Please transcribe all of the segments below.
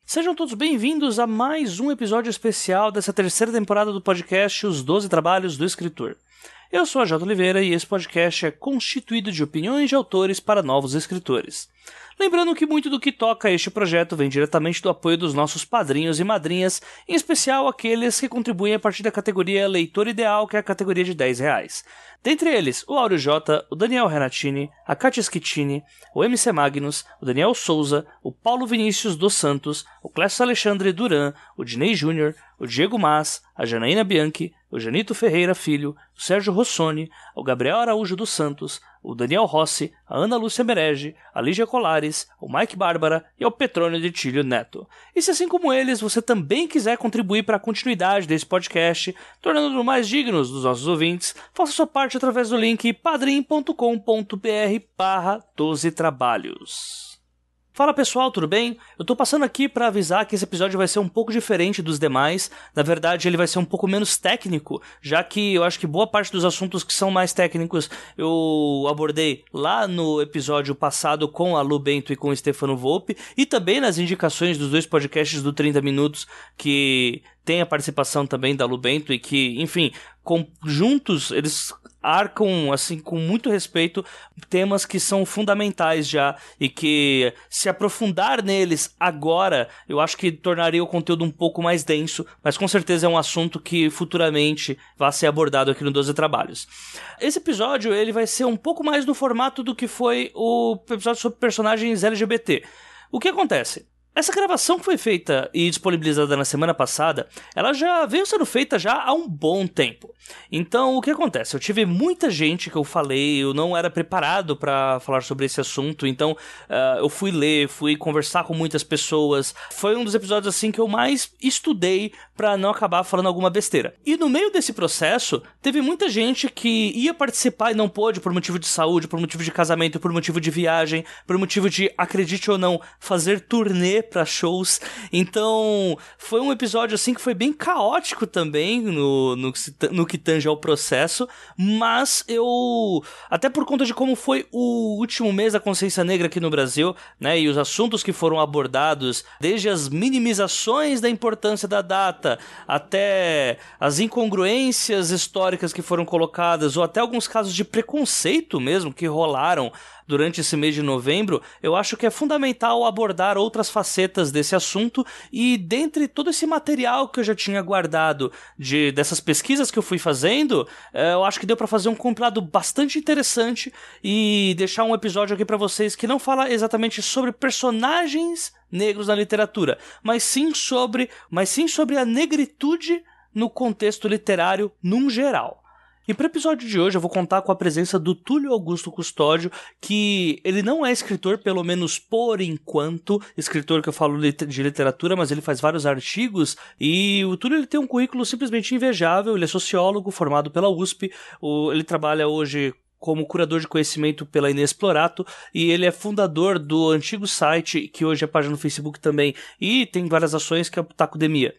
Sejam todos bem-vindos a mais um episódio especial dessa terceira temporada do podcast Os 12 Trabalhos do Escritor. Eu sou a Jota Oliveira e esse podcast é constituído de opiniões de autores para novos escritores. Lembrando que muito do que toca este projeto vem diretamente do apoio dos nossos padrinhos e madrinhas, em especial aqueles que contribuem a partir da categoria Leitor Ideal, que é a categoria de R$10. Dentre eles, o Áureo J, o Daniel Renatini, a Katia Schittini, o MC Magnus, o Daniel Souza, o Paulo Vinícius dos Santos, o Clécio Alexandre Duran, o Dinei Júnior, o Diego Mas, a Janaína Bianchi, o Janito Ferreira Filho, o Sérgio Rossoni, o Gabriel Araújo dos Santos, o Daniel Rossi, a Ana Lúcia Merege, a Lígia Colares, o Mike Bárbara e ao Petrônio de Tílio Neto. E se assim como eles, você também quiser contribuir para a continuidade desse podcast, tornando-nos mais dignos dos nossos ouvintes, faça sua parte através do link padrim.com.br/12trabalhos. Fala pessoal, tudo bem? Eu tô passando aqui pra avisar que esse episódio vai ser um pouco diferente dos demais. Na verdade, ele vai ser um pouco menos técnico, já que eu acho que boa parte dos assuntos que são mais técnicos eu abordei lá no episódio passado com a Lu Bento e com o Stefano Volpe, e também nas indicações dos dois podcasts do 30 Minutos, que tem a participação também da Lu Bento e que, enfim, juntos eles arcam, assim, com muito respeito, temas que são fundamentais já e que, se aprofundar neles agora, eu acho que tornaria o conteúdo um pouco mais denso, mas com certeza é um assunto que futuramente vai ser abordado aqui no 12 Trabalhos. Esse episódio, ele vai ser um pouco mais no formato do que foi o episódio sobre personagens LGBT. O que acontece? Essa gravação que foi feita e disponibilizada na semana passada, ela já veio sendo feita já há um bom tempo. Então, o que acontece? Eu tive muita gente que eu falei, eu não era preparado para falar sobre esse assunto, então eu fui ler, fui conversar com muitas pessoas. Foi um dos episódios assim que eu mais estudei para não acabar falando alguma besteira. E no meio desse processo, teve muita gente que ia participar e não pôde por motivo de saúde, por motivo de casamento, por motivo de viagem, por motivo de, acredite ou não, fazer turnê para shows. Então foi um episódio assim que foi bem caótico também no que tange ao processo, mas eu, até por conta de como foi o último mês da consciência negra aqui no Brasil, né, e os assuntos que foram abordados, desde as minimizações da importância da data até as incongruências históricas que foram colocadas, ou até alguns casos de preconceito mesmo que rolaram durante esse mês de novembro, eu acho que é fundamental abordar outras facetas desse assunto, e dentre todo esse material que eu já tinha guardado dessas pesquisas que eu fui fazendo, eu acho que deu para fazer um compilado bastante interessante e deixar um episódio aqui para vocês que não fala exatamente sobre personagens negros na literatura, mas sim sobre a negritude no contexto literário num geral. E para o episódio de hoje eu vou contar com a presença do Túlio Augusto Custódio, que ele não é escritor, pelo menos por enquanto, escritor que eu falo de literatura, mas ele faz vários artigos, e o Túlio ele tem um currículo simplesmente invejável. Ele é sociólogo formado pela USP, ele trabalha hoje como curador de conhecimento pela Inexplorato, e ele é fundador do antigo site, que hoje é página no Facebook também, e tem várias ações, que é o Tacudemia.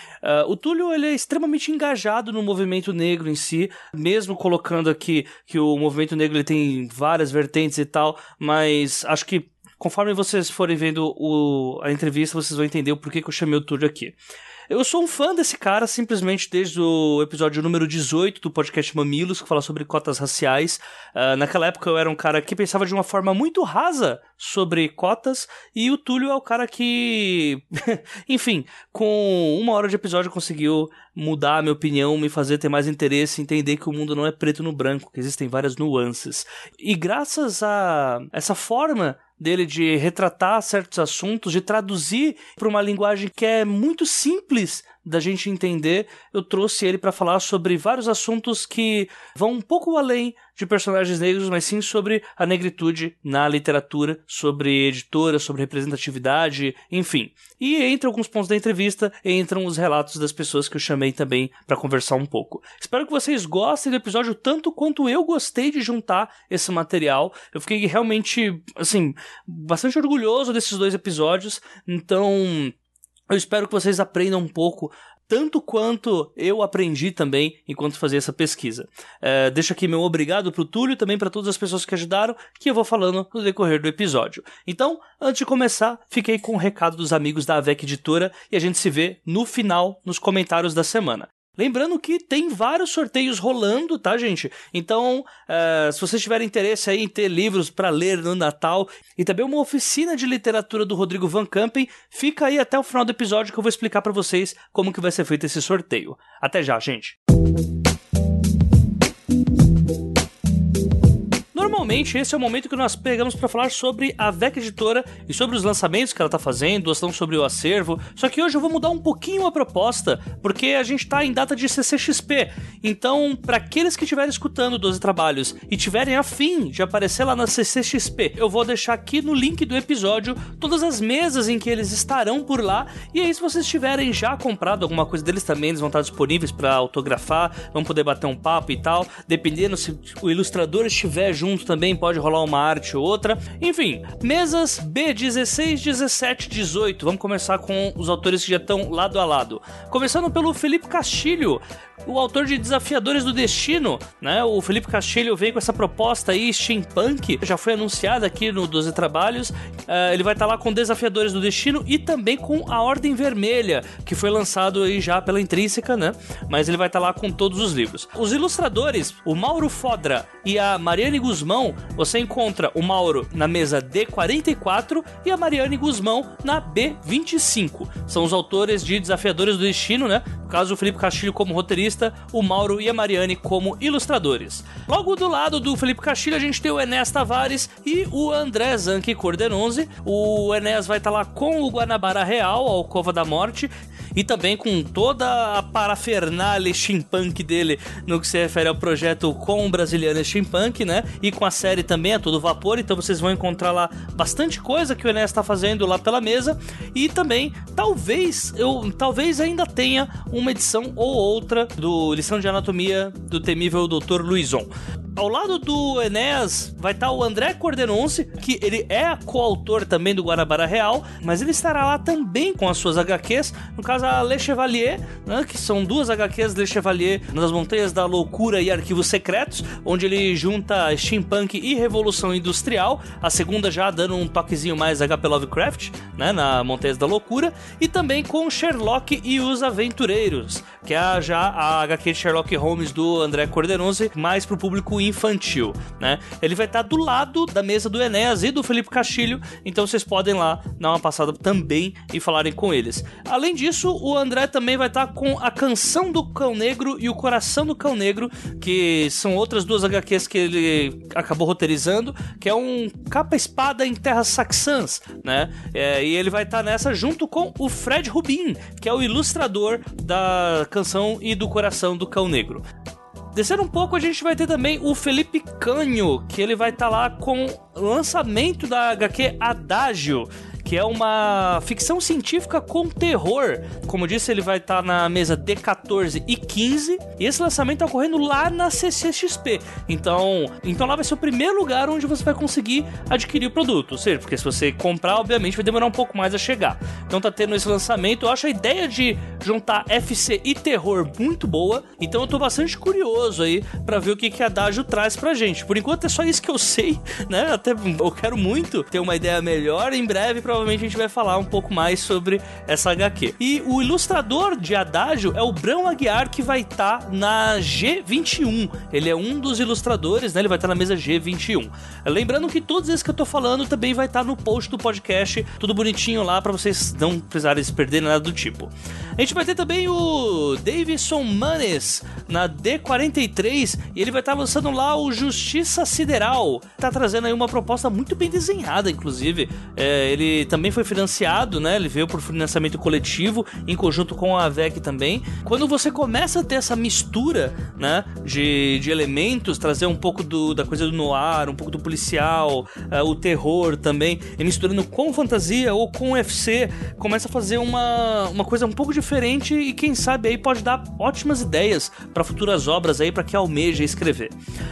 O Túlio ele é extremamente engajado no movimento negro em si, mesmo colocando aqui que o movimento negro ele tem várias vertentes e tal, mas acho que conforme vocês forem vendo a entrevista, vocês vão entender o porquê que eu chamei o Túlio aqui. Eu sou um fã desse cara simplesmente desde o episódio número 18 do podcast Mamilos, que fala sobre cotas raciais. Naquela época eu era um cara que pensava de uma forma muito rasa sobre cotas, e o Túlio é o cara que, enfim, com 1 hora de episódio conseguiu mudar a minha opinião, me fazer ter mais interesse, entender que o mundo não é preto no branco, que existem várias nuances. E graças a essa forma dele de retratar certos assuntos, de traduzir para uma linguagem que é muito simples da gente entender, eu trouxe ele para falar sobre vários assuntos que vão um pouco além de personagens negros, mas sim sobre a negritude na literatura, sobre editora, sobre representatividade, enfim. E entre alguns pontos da entrevista, entram os relatos das pessoas que eu chamei também para conversar um pouco. Espero que vocês gostem do episódio tanto quanto eu gostei de juntar esse material. Eu fiquei realmente, assim, bastante orgulhoso desses 2 episódios, então eu espero que vocês aprendam um pouco tanto quanto eu aprendi também enquanto fazia essa pesquisa. Deixo aqui meu obrigado pro Túlio e também para todas as pessoas que ajudaram, que eu vou falando no decorrer do episódio. Então, antes de começar, fiquei com o recado dos amigos da AVEC Editora e a gente se vê no final, nos comentários da semana. Lembrando que tem vários sorteios rolando, tá, gente? Então, se vocês tiverem interesse aí em ter livros para ler no Natal e também uma oficina de literatura do Rodrigo Van Campen, fica aí até o final do episódio que eu vou explicar para vocês como que vai ser feito esse sorteio. Até já, gente! Normalmente, esse é o momento que nós pegamos para falar sobre a AVEC Editora e sobre os lançamentos que ela está fazendo, ou sobre o acervo. Só que hoje eu vou mudar um pouquinho a proposta, porque a gente está em data de CCXP. Então, para aqueles que estiverem escutando 12 Trabalhos e tiverem afim de aparecer lá na CCXP, eu vou deixar aqui no link do episódio todas as mesas em que eles estarão por lá. E aí, se vocês tiverem já comprado alguma coisa deles também, eles vão estar disponíveis para autografar, vão poder bater um papo e tal. Dependendo se o ilustrador estiver junto também pode rolar uma arte ou outra. Enfim, mesas B16, 17, 18. Vamos começar com os autores que já estão lado a lado. Começando pelo Felipe Castilho, o autor de Desafiadores do Destino, né? O Felipe Castilho veio com essa proposta aí, steampunk, já foi anunciada aqui no 12 Trabalhos. Ele vai estar lá com Desafiadores do Destino e também com A Ordem Vermelha, que foi lançado aí já pela Intrínseca, né? Mas ele vai estar lá com todos os livros. Os ilustradores, o Mauro Fodra e a Mariane Guzmão, você encontra o Mauro na mesa D44 e a Mariane Guzmão na B25. São os autores de Desafiadores do Destino, né? No caso, o Felipe Castilho como roteirista, o Mauro e a Mariane como ilustradores. Logo do lado do Felipe Castilho, a gente tem o Enéas Tavares e o André Zanchi Cordenonzi. O Enéas vai estar lá com o Guanabara Real, a Alcova da Morte, e também com toda a parafernália steampunk dele no que se refere ao projeto com o Brasiliano Steampunk, né? E com a série também a todo vapor, então vocês vão encontrar lá bastante coisa que o Enéas está fazendo lá pela mesa. E também, talvez ainda tenha uma edição ou outra do Lição de Anatomia do temível Dr. Luizon. Ao lado do Enéas vai estar o André Cordenonzi, que ele é coautor também do Guanabara Real, mas ele estará lá também com as suas HQs, no caso a Le Chevalier, né, que são duas HQs Le Chevalier nas Montanhas da Loucura e Arquivos Secretos, onde ele junta steampunk e revolução industrial, a segunda já dando um toquezinho mais HP Lovecraft, né, na Montanhas da Loucura, e também com Sherlock e os Aventureiros, que é já a HQ de Sherlock Holmes do André Cordenonzi, mais pro público infantil, né? Ele vai estar do lado da mesa do Enéas e do Felipe Castilho, então vocês podem lá dar uma passada também e falarem com eles. Além disso, o André também vai estar com A Canção do Cão Negro e O Coração do Cão Negro, que são outras duas HQs que ele acabou roteirizando, que é um capa-espada em terras saxãs, né? E ele vai estar nessa junto com o Fred Rubin, que é o ilustrador da Canção e do Coração do Cão Negro. Descendo um pouco, a gente vai ter também o Felipe Canho, que ele vai estar lá com o lançamento da HQ Adágio, que é uma ficção científica com terror. Como disse, ele vai estar na mesa D14 e 15, e esse lançamento está ocorrendo lá na CCXP. Então lá vai ser o primeiro lugar onde você vai conseguir adquirir o produto. Ou seja, porque se você comprar, obviamente vai demorar um pouco mais a chegar. Então tá tendo esse lançamento. Eu acho a ideia de juntar FC e terror muito boa, então eu tô bastante curioso aí pra ver o que a Adágio traz pra gente. Por enquanto é só isso que eu sei, né? Até eu quero muito ter uma ideia melhor. Em breve, provavelmente a gente vai falar um pouco mais sobre essa HQ. E o ilustrador de Adágio é o Brão Aguiar, que vai estar na G21. Ele é um dos ilustradores, né? Ele vai estar na mesa G21. Lembrando que todos esses que eu tô falando também vai estar no post do podcast, tudo bonitinho lá pra vocês não precisarem se perder nada do tipo. A gente vai ter também o Davidson Manes na D43 e ele vai estar lançando lá o Justiça Sideral. Tá trazendo aí uma proposta muito bem desenhada, inclusive. Ele também foi financiado, né? Ele veio por financiamento coletivo, em conjunto com a AVEC também. Quando você começa a ter essa mistura, né, de elementos, trazer um pouco da coisa do noir, um pouco do policial, o terror também, e misturando com fantasia ou com UFC, começa a fazer uma coisa um pouco diferente e quem sabe aí pode dar ótimas ideias para futuras obras aí para quem almeja escrever.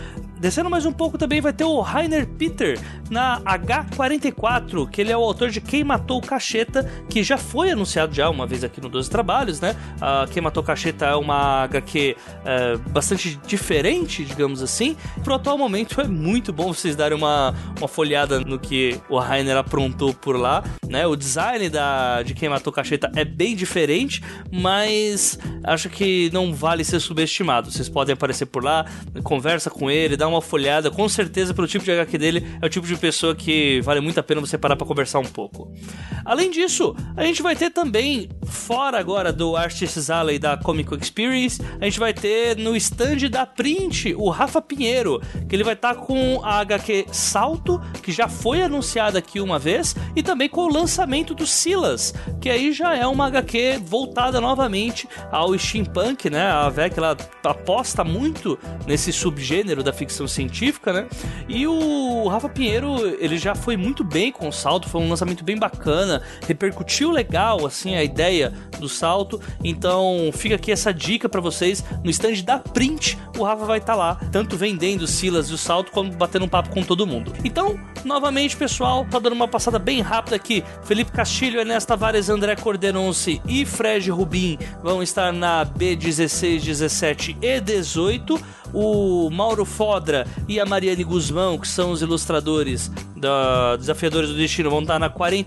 Descendo mais um pouco também vai ter o Rainer Peter na H44, que ele é o autor de Quem Matou Cacheta, que já foi anunciado já uma vez aqui no 12 Trabalhos, né? Quem Matou Cacheta é uma HQ bastante diferente, digamos assim. Pro atual momento é muito bom vocês darem uma folhada no que o Rainer aprontou por lá, né? O design de Quem Matou Cacheta é bem diferente, mas acho que não vale ser subestimado. Vocês podem aparecer por lá, conversa com ele, dá uma folhada. Com certeza, pelo tipo de HQ dele, é o tipo de pessoa que vale muito a pena você parar pra conversar um pouco. Além disso, a gente vai ter também, fora agora do Artists Alley da Comic Experience, a gente vai ter no stand da Print o Rafa Pinheiro, que ele vai estar com a HQ Salto, que já foi anunciada aqui uma vez, e também com o lançamento do Silas, que aí já é uma HQ voltada novamente ao steampunk, né? A VEC ela aposta muito nesse subgênero da ficção científica, né? E o Rafa Pinheiro, ele já foi muito bem com o Salto, foi um lançamento bem bacana, repercutiu legal, assim, a ideia do Salto, então fica aqui essa dica pra vocês, no stand da Print, o Rafa vai estar lá, tanto vendendo o Silas e o Salto, como batendo um papo com todo mundo. Então, novamente, pessoal, tá dando uma passada bem rápida aqui, Felipe Castilho, Ernesto Tavares, André Cordenonce e Fred Rubim vão estar na B16, 17 e 18, o Mauro Fodra e a Mariane Guzmão, que são os ilustradores da Desafiadores do Destino, vão estar na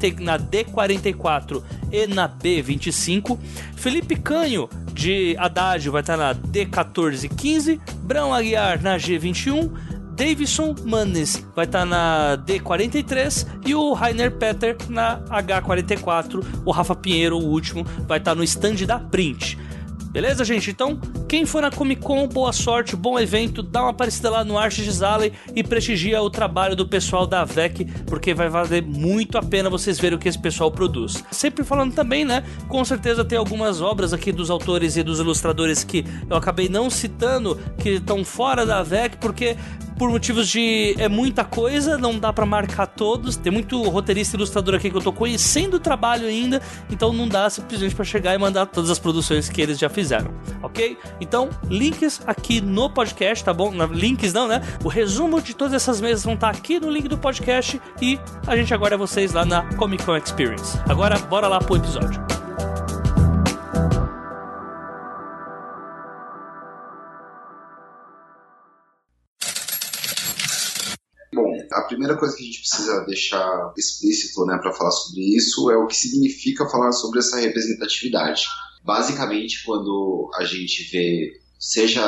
D44 e na B25. Felipe Canho, de Haddad, vai estar na D14 e 15. Brão Aguiar na G21. Davison Mannes vai estar na D43 e o Rainer Peter na H44. O Rafa Pinheiro, o último, vai estar no stand da Print. Beleza, gente? Então, quem for na Comic Con, boa sorte, bom evento, dá uma aparecida lá no Artists Alley e prestigia o trabalho do pessoal da VEC, porque vai valer muito a pena vocês verem o que esse pessoal produz. Sempre falando também, né? Com certeza tem algumas obras aqui dos autores e dos ilustradores que eu acabei não citando, que estão fora da VEC, porque por motivos de é muita coisa, não dá pra marcar todos. Tem muito roteirista e ilustrador aqui que eu tô conhecendo o trabalho ainda, então não dá simplesmente pra chegar e mandar todas as produções que eles já fizeram, ok? Então, links aqui no podcast, tá bom? Links não, né? O resumo de todas essas mesas vão estar aqui no link do podcast e a gente aguarda vocês lá na Comic Con Experience. Agora, bora lá pro episódio. Bom, a primeira coisa que a gente precisa deixar explícito, né, para falar sobre isso é o que significa falar sobre essa representatividade. Basicamente, quando a gente vê, seja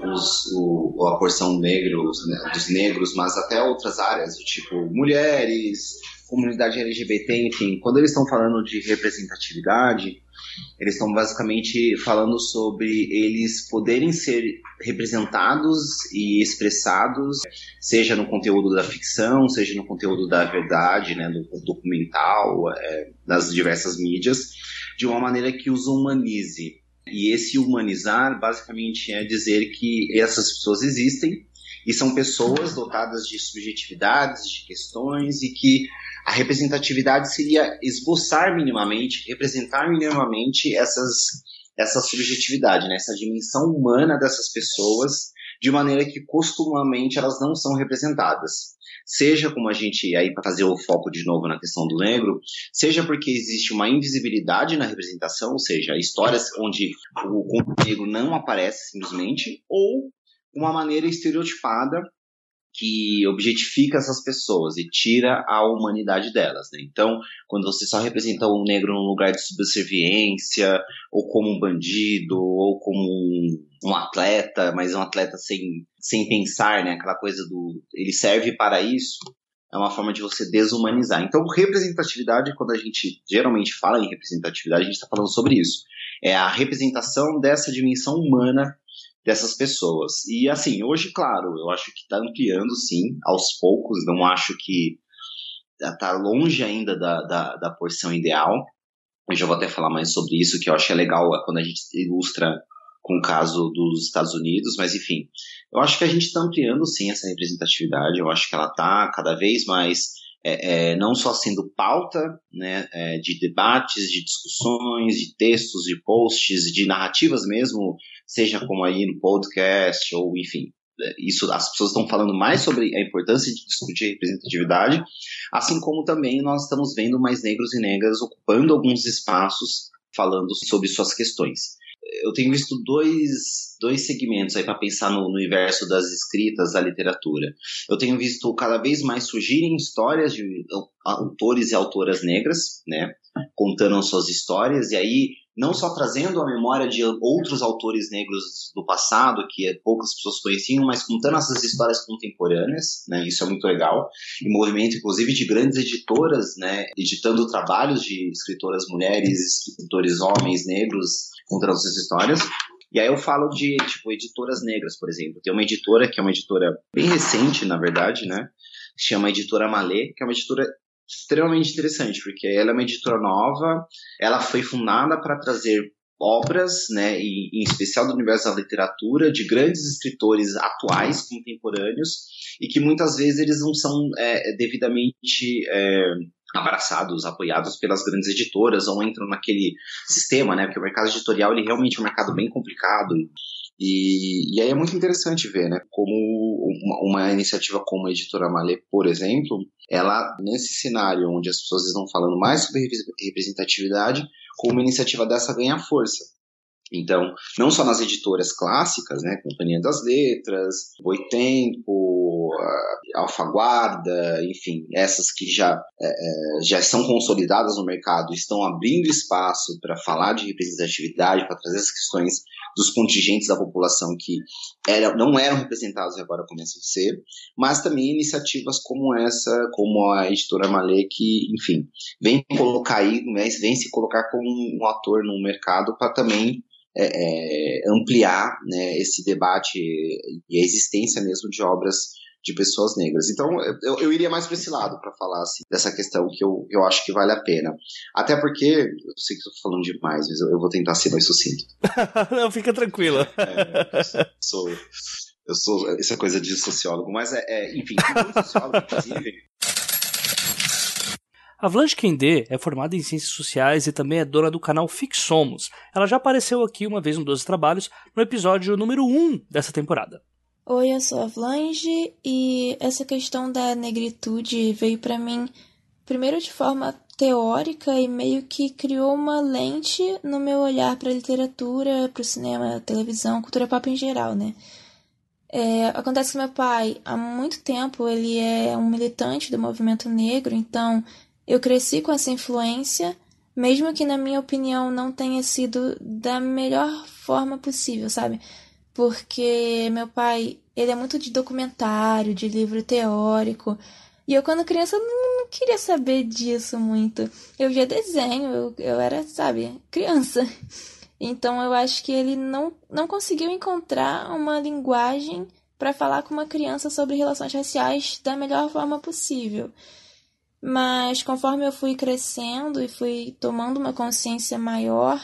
a porção dos negros, mas até outras áreas, do tipo mulheres, comunidade LGBT, enfim, quando eles estão falando de representatividade, eles estão basicamente falando sobre eles poderem ser representados e expressados, seja no conteúdo da ficção, seja no conteúdo da verdade, né, do documental, das diversas mídias, de uma maneira que os humanize. E esse humanizar, basicamente, é dizer que essas pessoas existem e são pessoas dotadas de subjetividades, de questões, e que a representatividade seria esboçar minimamente, representar minimamente essa subjetividade, né? Essa dimensão humana dessas pessoas, de maneira que costumamente elas não são representadas. Seja como a gente, aí para fazer o foco de novo na questão do negro, seja porque existe uma invisibilidade na representação, ou seja, histórias onde o corpo negro não aparece simplesmente, ou uma maneira estereotipada que objetifica essas pessoas e tira a humanidade delas, né? Então, quando você só representa um negro num lugar de subserviência, ou como um bandido, ou como um atleta, mas um atleta sem pensar, né? Aquela coisa do ele serve para isso, é uma forma de você desumanizar. Então, representatividade, quando a gente geralmente fala em representatividade, a gente está falando sobre isso. É a representação dessa dimensão humana dessas pessoas. E assim, hoje, claro, eu acho que está ampliando, sim, aos poucos. Não acho que está longe ainda da porção ideal. Eu já vou até falar mais sobre isso, que eu acho que é legal quando a gente ilustra com o caso dos Estados Unidos, mas enfim, eu acho que a gente está ampliando, sim, essa representatividade. Eu acho que ela está cada vez mais não só sendo pauta, né, de debates, de discussões, de textos, de posts, de narrativas mesmo, seja como aí no podcast, ou enfim, isso, as pessoas estão falando mais sobre a importância de discutir representatividade, assim como também nós estamos vendo mais negros e negras ocupando alguns espaços falando sobre suas questões. Eu tenho visto dois segmentos aí para pensar no universo das escritas, da literatura. Eu tenho visto cada vez mais surgirem histórias de autores e autoras negras, né, contando suas histórias, e aí não só trazendo a memória de outros autores negros do passado, que poucas pessoas conheciam, mas contando essas histórias contemporâneas, né, isso é muito legal, e movimento, inclusive, de grandes editoras, né, editando trabalhos de escritoras mulheres, escritores homens negros, contando essas histórias. E aí eu falo de, tipo, editoras negras, por exemplo. Tem uma editora, que é uma editora bem recente, na verdade, né, chama Editora Malê, que é uma editora extremamente interessante, porque ela é uma editora nova, ela foi fundada para trazer obras, né, em especial do universo da literatura, de grandes escritores atuais, contemporâneos, e que muitas vezes eles não são devidamente abraçados, apoiados pelas grandes editoras, ou entram naquele sistema, né, porque o mercado editorial ele realmente é um mercado bem complicado, e aí é muito interessante ver, né, como uma iniciativa como a Editora Malê, por exemplo, ela, nesse cenário onde as pessoas estão falando mais sobre representatividade, como uma iniciativa dessa ganha força. Então, não só nas editoras clássicas, né, Companhia das Letras, Boitempo, Alfaguarda, enfim, essas que já são consolidadas no mercado, estão abrindo espaço para falar de representatividade, para trazer as questões dos contingentes da população que não eram representados e agora começam a ser, mas também iniciativas como essa, como a Editora Malê, que, enfim, vem se colocar como um ator no mercado para também ampliar, né, esse debate e a existência mesmo de obras de pessoas negras. Então, eu iria mais para esse lado para falar assim, dessa questão que eu acho que vale a pena. Até porque, eu sei que estou falando demais, mas eu vou tentar ser mais sucinto. Não, fica tranquila. Eu sou essa coisa de sociólogo, mas enfim, como sociólogo, inclusive. A Vlange Kendê é formada em Ciências Sociais e também é dona do canal Fixomos. Ela já apareceu aqui uma vez no 12 Trabalhos, no episódio número 1 dessa temporada. Oi, eu sou a Vlange e essa questão da negritude veio para mim primeiro de forma teórica e meio que criou uma lente no meu olhar para a literatura, para o cinema, televisão, cultura pop em geral, né? Acontece que meu pai, há muito tempo, ele é um militante do movimento negro, então eu cresci com essa influência, mesmo que na minha opinião não tenha sido da melhor forma possível, sabe? Porque meu pai, ele é muito de documentário, de livro teórico, e eu quando criança não queria saber disso muito. Eu via desenho, eu era, sabe, criança. Então eu acho que ele não conseguiu encontrar uma linguagem para falar com uma criança sobre relações raciais da melhor forma possível. Mas conforme eu fui crescendo e fui tomando uma consciência maior,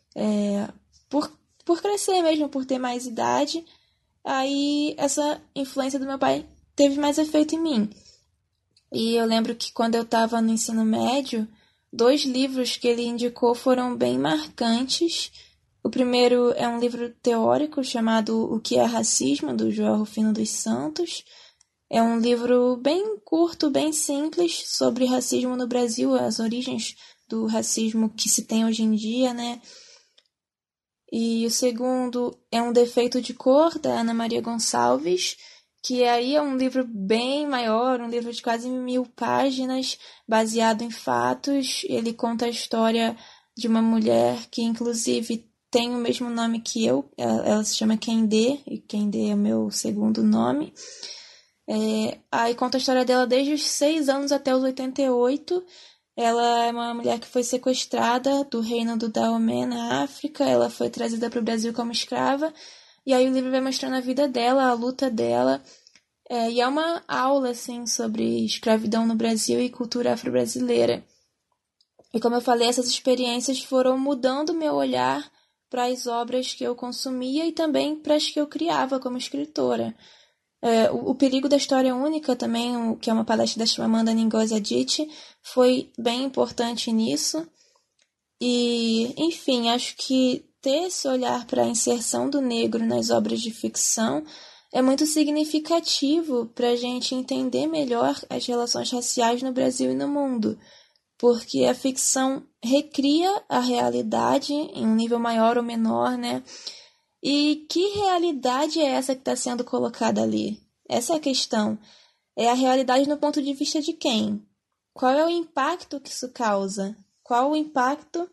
por crescer mesmo, por ter mais idade, aí essa influência do meu pai teve mais efeito em mim. E eu lembro que quando eu estava no ensino médio, 2 livros que ele indicou foram bem marcantes. O primeiro é um livro teórico chamado O que é Racismo, do Joel Rufino dos Santos. É um livro bem curto, bem simples, sobre racismo no Brasil, as origens do racismo que se tem hoje em dia, né? E o segundo é Um Defeito de Cor, da Ana Maria Gonçalves, que aí é um livro bem maior, um livro de quase 1000 páginas, baseado em fatos. Ele conta a história de uma mulher que, inclusive, tem o mesmo nome que eu. Ela se chama Kendê, e Kendê é o meu segundo nome. Aí conta a história dela desde os 6 anos até os 88. Ela é uma mulher que foi sequestrada do reino do Dahomey na África. Ela foi trazida para o Brasil como escrava. E aí o livro vai mostrando a vida dela, a luta dela. E é uma aula assim, sobre escravidão no Brasil e cultura afro-brasileira. E como eu falei, essas experiências foram mudando meu olhar para as obras que eu consumia e também para as que eu criava como escritora. O Perigo da História Única também, que é uma palestra da Chimamanda Ngozi Adichie, foi bem importante nisso. E, enfim, acho que ter esse olhar para a inserção do negro nas obras de ficção é muito significativo para a gente entender melhor as relações raciais no Brasil e no mundo, porque a ficção recria a realidade em um nível maior ou menor, né? E que realidade é essa que está sendo colocada ali? Essa é a questão. É a realidade no ponto de vista de quem? Qual é o impacto que isso causa? Qual o impacto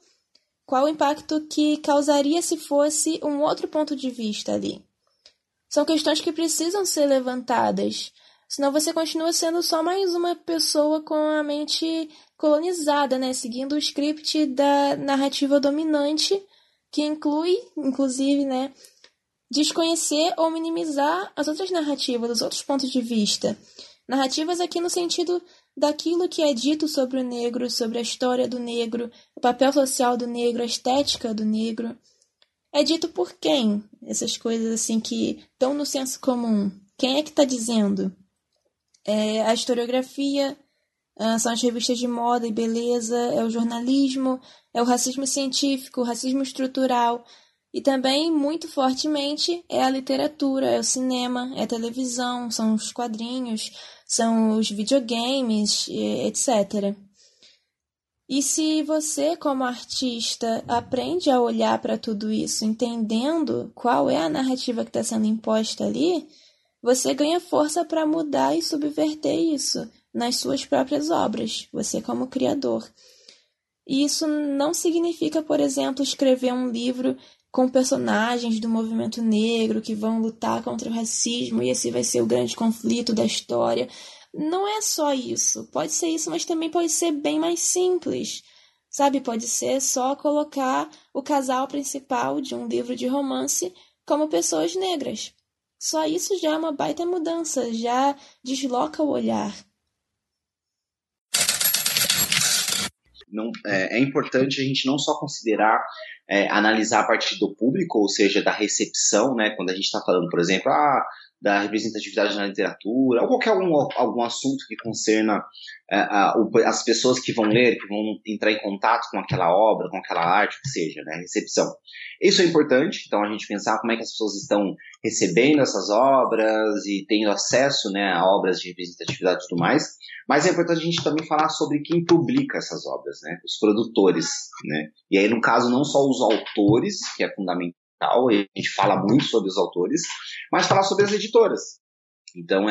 que causaria se fosse um outro ponto de vista ali? São questões que precisam ser levantadas, senão você continua sendo só mais uma pessoa com a mente colonizada, né? Seguindo o script da narrativa dominante, que inclui, inclusive, né, desconhecer ou minimizar as outras narrativas, os outros pontos de vista. Narrativas aqui no sentido daquilo que é dito sobre o negro, sobre a história do negro, o papel social do negro, a estética do negro. É dito por quem? Essas coisas assim que estão no senso comum. Quem é que está dizendo? É a historiografia, são as revistas de moda e beleza, é o jornalismo, é o racismo científico, o racismo estrutural. E também, muito fortemente, é a literatura, é o cinema, é a televisão, são os quadrinhos, são os videogames, etc. E se você, como artista, aprende a olhar para tudo isso, entendendo qual é a narrativa que está sendo imposta ali, você ganha força para mudar e subverter isso nas suas próprias obras, você como criador. E isso não significa, por exemplo, escrever um livro com personagens do movimento negro que vão lutar contra o racismo e esse vai ser o grande conflito da história. Não é só isso. Pode ser isso, mas também pode ser bem mais simples. Sabe, pode ser só colocar o casal principal de um livro de romance como pessoas negras. Só isso já é uma baita mudança, já desloca o olhar. Não, é importante a gente não só considerar, analisar a partir do público, ou seja, da recepção, né, quando a gente está falando, por exemplo, da representatividade na literatura, ou qualquer algum assunto que concerna as pessoas que vão ler, que vão entrar em contato com aquela obra, com aquela arte, o que seja, né, recepção. Isso é importante, então a gente pensar como é que as pessoas estão recebendo essas obras e tendo acesso, né, a obras de representatividade e tudo mais, mas é importante a gente também falar sobre quem publica essas obras, né, os produtores, né, e aí no caso não só os autores, que é fundamental, a gente fala muito sobre os autores, mas falar sobre as editoras. Então,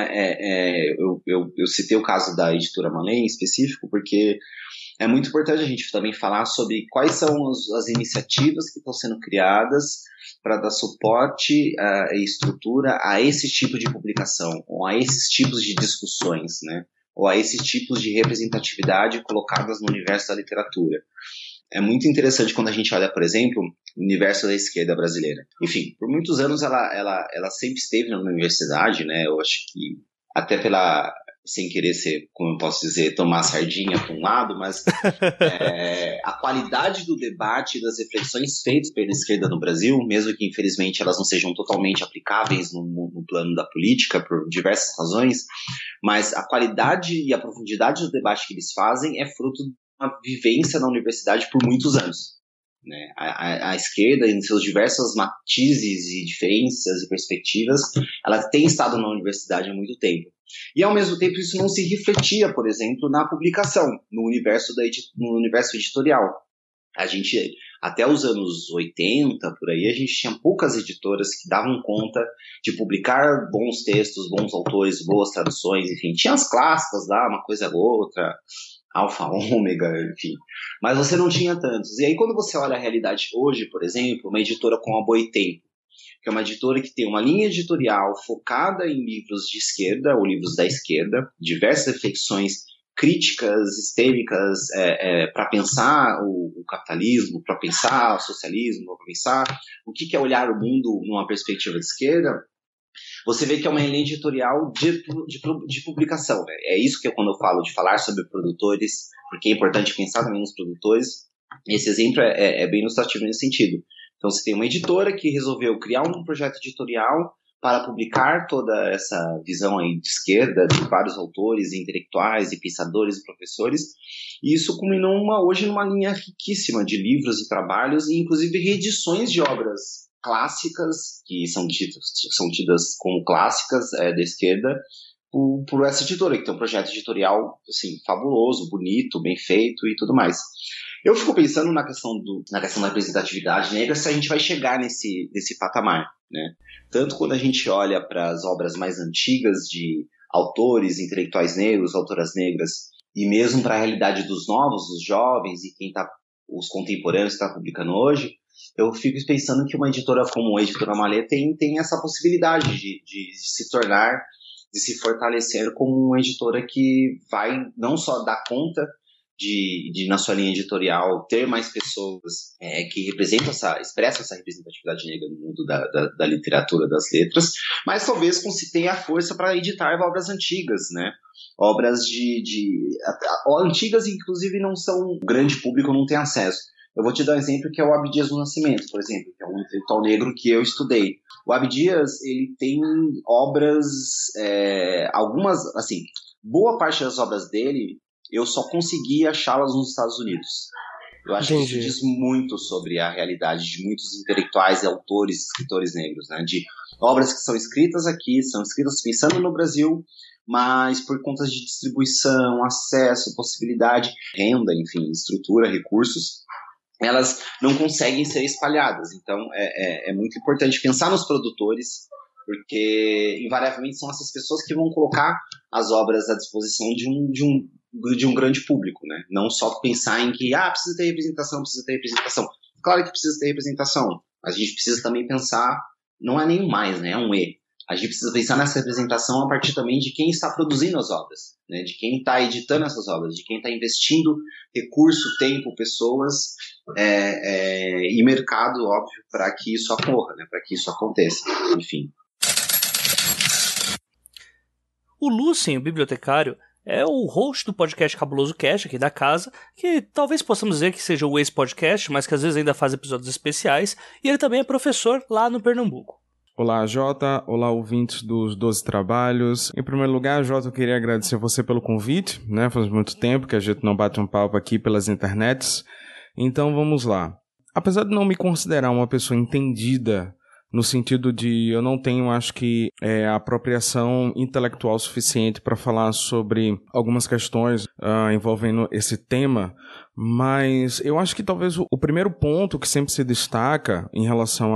eu citei o caso da editora Manlé em específico, porque é muito importante a gente também falar sobre quais são as iniciativas que estão sendo criadas para dar suporte e estrutura a esse tipo de publicação, ou a esses tipos de discussões, né? Ou a esses tipos de representatividade colocadas no universo da literatura. É muito interessante quando a gente olha, por exemplo, o universo da esquerda brasileira. Enfim, por muitos anos ela sempre esteve na universidade, né? Eu acho que até sem querer ser, como eu posso dizer, tomar sardinha para um lado, mas a qualidade do debate e das reflexões feitas pela esquerda no Brasil, mesmo que infelizmente elas não sejam totalmente aplicáveis no plano da política por diversas razões, mas a qualidade e a profundidade do debate que eles fazem é fruto uma vivência na universidade por muitos anos, né? A esquerda, em seus diversos matizes e diferenças e perspectivas, ela tem estado na universidade há muito tempo. E, ao mesmo tempo, isso não se refletia, por exemplo, na publicação, no universo editorial. A gente, até os anos 80, por aí, a gente tinha poucas editoras que davam conta de publicar bons textos, bons autores, boas traduções, enfim. Tinha as clássicas lá, uma coisa ou outra, Alfa, Ômega, enfim. Mas você não tinha tantos. E aí, quando você olha a realidade hoje, por exemplo, uma editora como a Boitempo, que é uma editora que tem uma linha editorial focada em livros de esquerda, ou livros da esquerda, diversas reflexões críticas, sistêmicas, para pensar o capitalismo, para pensar o socialismo, para pensar o que é olhar o mundo numa perspectiva de esquerda, você vê que é uma linha editorial de publicação, né? É isso que quando eu falo de falar sobre produtores, porque é importante pensar também nos produtores, esse exemplo é bem ilustrativo nesse sentido. Então você tem uma editora que resolveu criar um projeto editorial para publicar toda essa visão aí de esquerda, de vários autores, intelectuais, e pensadores e professores, e isso culminou hoje numa linha riquíssima de livros e trabalhos, e inclusive reedições de obras clássicas, que são tidas como clássicas da esquerda, por essa editora, que tem um projeto editorial assim, fabuloso, bonito, bem feito e tudo mais. Eu fico pensando na questão da representatividade negra, se a gente vai chegar nesse patamar, né? Tanto quando a gente olha para as obras mais antigas de autores, intelectuais negros, autoras negras, e mesmo para a realidade dos novos, dos jovens e os contemporâneos que está publicando hoje, eu fico pensando que uma editora como a Editora Malê tem essa possibilidade de se tornar, de se fortalecer como uma editora que vai não só dar conta de na sua linha editorial, ter mais pessoas que expressam essa representatividade negra no mundo da literatura, das letras, mas talvez tenha a força para editar obras antigas, né? Obras antigas, inclusive, não são... O grande público não tem acesso. Eu vou te dar um exemplo que é o Abdias do Nascimento, por exemplo, que é um intelectual negro que eu estudei. O Abdias, ele tem obras, algumas, assim, boa parte das obras dele, eu só consegui achá-las nos Estados Unidos. Eu acho que isso diz muito sobre a realidade de muitos intelectuais, autores, escritores negros, né? De obras que são escritas aqui, são escritas pensando no Brasil, mas por conta de distribuição, acesso, possibilidade, renda, enfim, estrutura, recursos, elas não conseguem ser espalhadas. Então, é muito importante pensar nos produtores, porque invariavelmente são essas pessoas que vão colocar as obras à disposição de um grande público, né? Não só pensar em que precisa ter representação. Claro que precisa ter representação, mas a gente precisa também pensar, não é nem um mais, né? É um e. A gente precisa pensar nessa representação a partir também de quem está produzindo as obras, né? De quem está editando essas obras, de quem está investindo recurso, tempo, pessoas e mercado, óbvio, para que isso ocorra, né? Para que isso aconteça, enfim. O Lucien, o bibliotecário, é o host do podcast Cabuloso Cast aqui da casa, que talvez possamos dizer que seja o ex-podcast, mas que às vezes ainda faz episódios especiais, e ele também é professor lá no Pernambuco. Olá, Jota. Olá, ouvintes dos 12 Trabalhos. Em primeiro lugar, Jota, eu queria agradecer você pelo convite, né? Faz muito tempo que a gente não bate um papo aqui pelas internets. Então, vamos lá. Apesar de não me considerar uma pessoa entendida, no sentido de eu não tenho, acho que, apropriação intelectual suficiente para falar sobre algumas questões envolvendo esse tema, mas eu acho que talvez o primeiro ponto que sempre se destaca em relação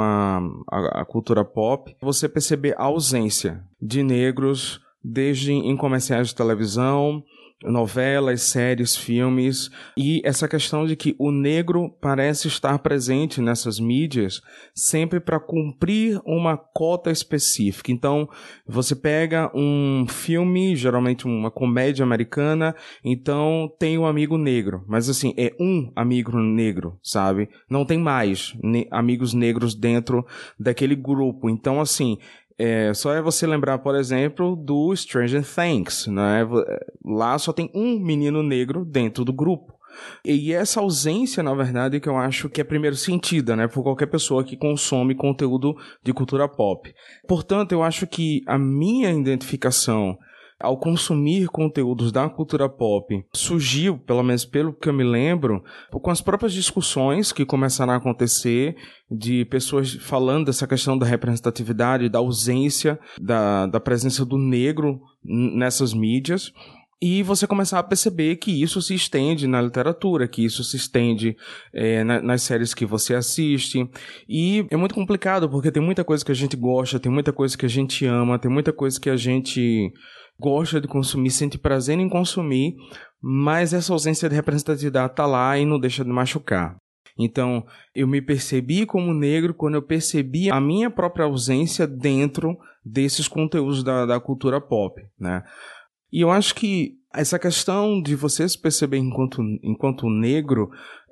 à cultura pop é você perceber a ausência de negros desde em comerciais de televisão, novelas, séries, filmes, e essa questão de que o negro parece estar presente nessas mídias sempre para cumprir uma cota específica. Então, você pega um filme, geralmente uma comédia americana, então tem um amigo negro, mas assim, é um amigo negro, sabe? Não tem mais amigos negros dentro daquele grupo. Então, assim, só é você lembrar, por exemplo, do Stranger Things, né? Lá só tem um menino negro dentro do grupo. E essa ausência, na verdade, que eu acho que é primeiro sentida, né? Por qualquer pessoa que consome conteúdo de cultura pop. Portanto, eu acho que a minha identificação ao consumir conteúdos da cultura pop, surgiu, pelo menos pelo que eu me lembro, com as próprias discussões que começaram a acontecer de pessoas falando dessa questão da representatividade, da ausência, da presença do negro nessas mídias. E você começar a perceber que isso se estende na literatura, que isso se estende nas séries que você assiste. E é muito complicado, porque tem muita coisa que a gente gosta, tem muita coisa que a gente ama, tem muita coisa que a gente gosta de consumir, sente prazer em consumir, mas essa ausência de representatividade está lá e não deixa de machucar. Então, eu me percebi como negro quando eu percebi a minha própria ausência dentro desses conteúdos da cultura pop, né? E eu acho que essa questão de você se perceber enquanto negro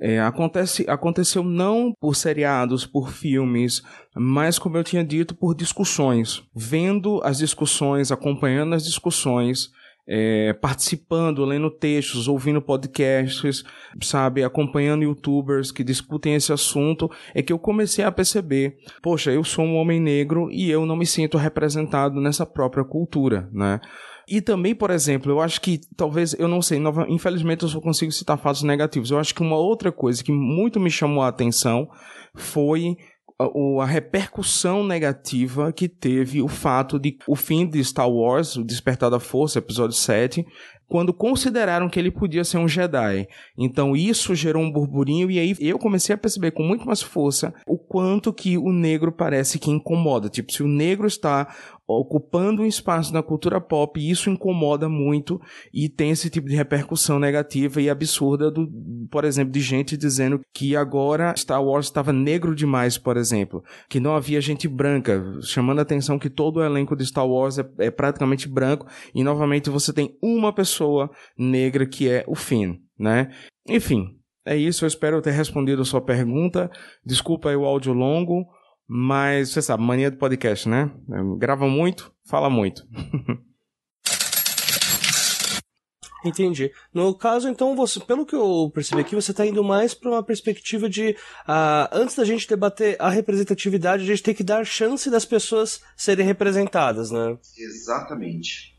aconteceu não por seriados, por filmes, mas, como eu tinha dito, por discussões. Vendo as discussões, acompanhando as discussões, participando, lendo textos, ouvindo podcasts, sabe, acompanhando youtubers que discutem esse assunto, é que eu comecei a perceber, poxa, eu sou um homem negro e eu não me sinto representado nessa própria cultura, né? E também, por exemplo, eu acho que talvez, eu não sei, infelizmente eu só consigo citar fatos negativos. Eu acho que uma outra coisa que muito me chamou a atenção foi a repercussão negativa que teve o fato de o fim de Star Wars, o Despertar da Força, episódio 7, quando consideraram que ele podia ser um Jedi. Então isso gerou um burburinho, e aí eu comecei a perceber com muito mais força o quanto que o negro parece que incomoda. Tipo, se o negro está ocupando um espaço na cultura pop, isso incomoda muito e tem esse tipo de repercussão negativa e absurda, por exemplo, de gente dizendo que agora Star Wars estava negro demais, por exemplo, que não havia gente branca, chamando a atenção que todo o elenco de Star Wars é praticamente branco, e novamente você tem uma pessoa negra, que é o Finn, né? Enfim, é isso, eu espero ter respondido a sua pergunta. Desculpa aí o áudio longo, mas você sabe, mania do podcast, né? Grava muito, fala muito. Entendi. No caso, então, você, pelo que eu percebi aqui, você está indo mais para uma perspectiva de, antes da gente debater a representatividade, a gente tem que dar chance das pessoas serem representadas, né? Exatamente.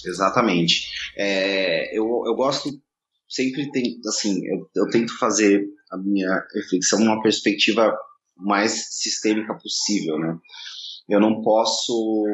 Eu gosto, sempre tem, assim, eu tento fazer a minha reflexão numa perspectiva mais sistêmica possível, né? Eu não posso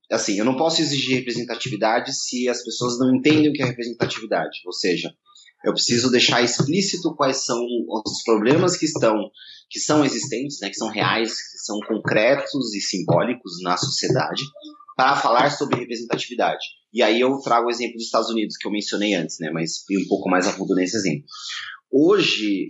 exigir representatividade se as pessoas não entendem o que é representatividade. Ou seja, eu preciso deixar explícito quais são os problemas que são existentes, né, que são reais, que são concretos e simbólicos na sociedade, para falar sobre representatividade. E aí eu trago o exemplo dos Estados Unidos, que eu mencionei antes, né, mas fui um pouco mais a fundo nesse exemplo. Hoje,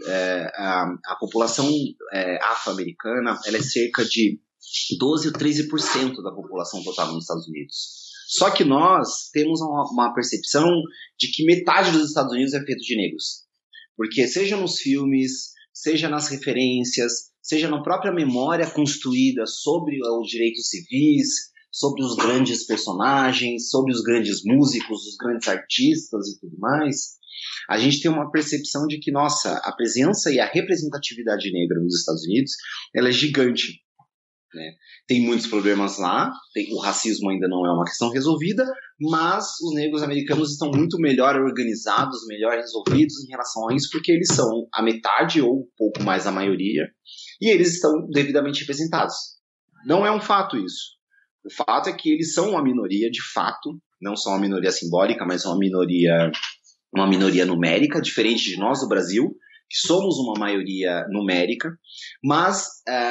a população afro-americana, ela é cerca de 12 ou 13% da população total nos Estados Unidos. Só que nós temos uma percepção de que metade dos Estados Unidos é feito de negros. Porque seja nos filmes, seja nas referências, seja na própria memória construída sobre os direitos civis, sobre os grandes personagens, sobre os grandes músicos, os grandes artistas e tudo mais, a gente tem uma percepção de que, nossa, a presença e a representatividade negra nos Estados Unidos, ela é gigante, né? Tem muitos problemas lá, o racismo ainda não é uma questão resolvida, mas os negros americanos estão muito melhor organizados, melhor resolvidos em relação a isso, porque eles são a metade ou um pouco mais a maioria, e eles estão devidamente representados. Não é um fato isso. O fato é que eles são uma minoria de fato, não só uma minoria simbólica, mas uma minoria numérica, diferente de nós do Brasil, que somos uma maioria numérica, mas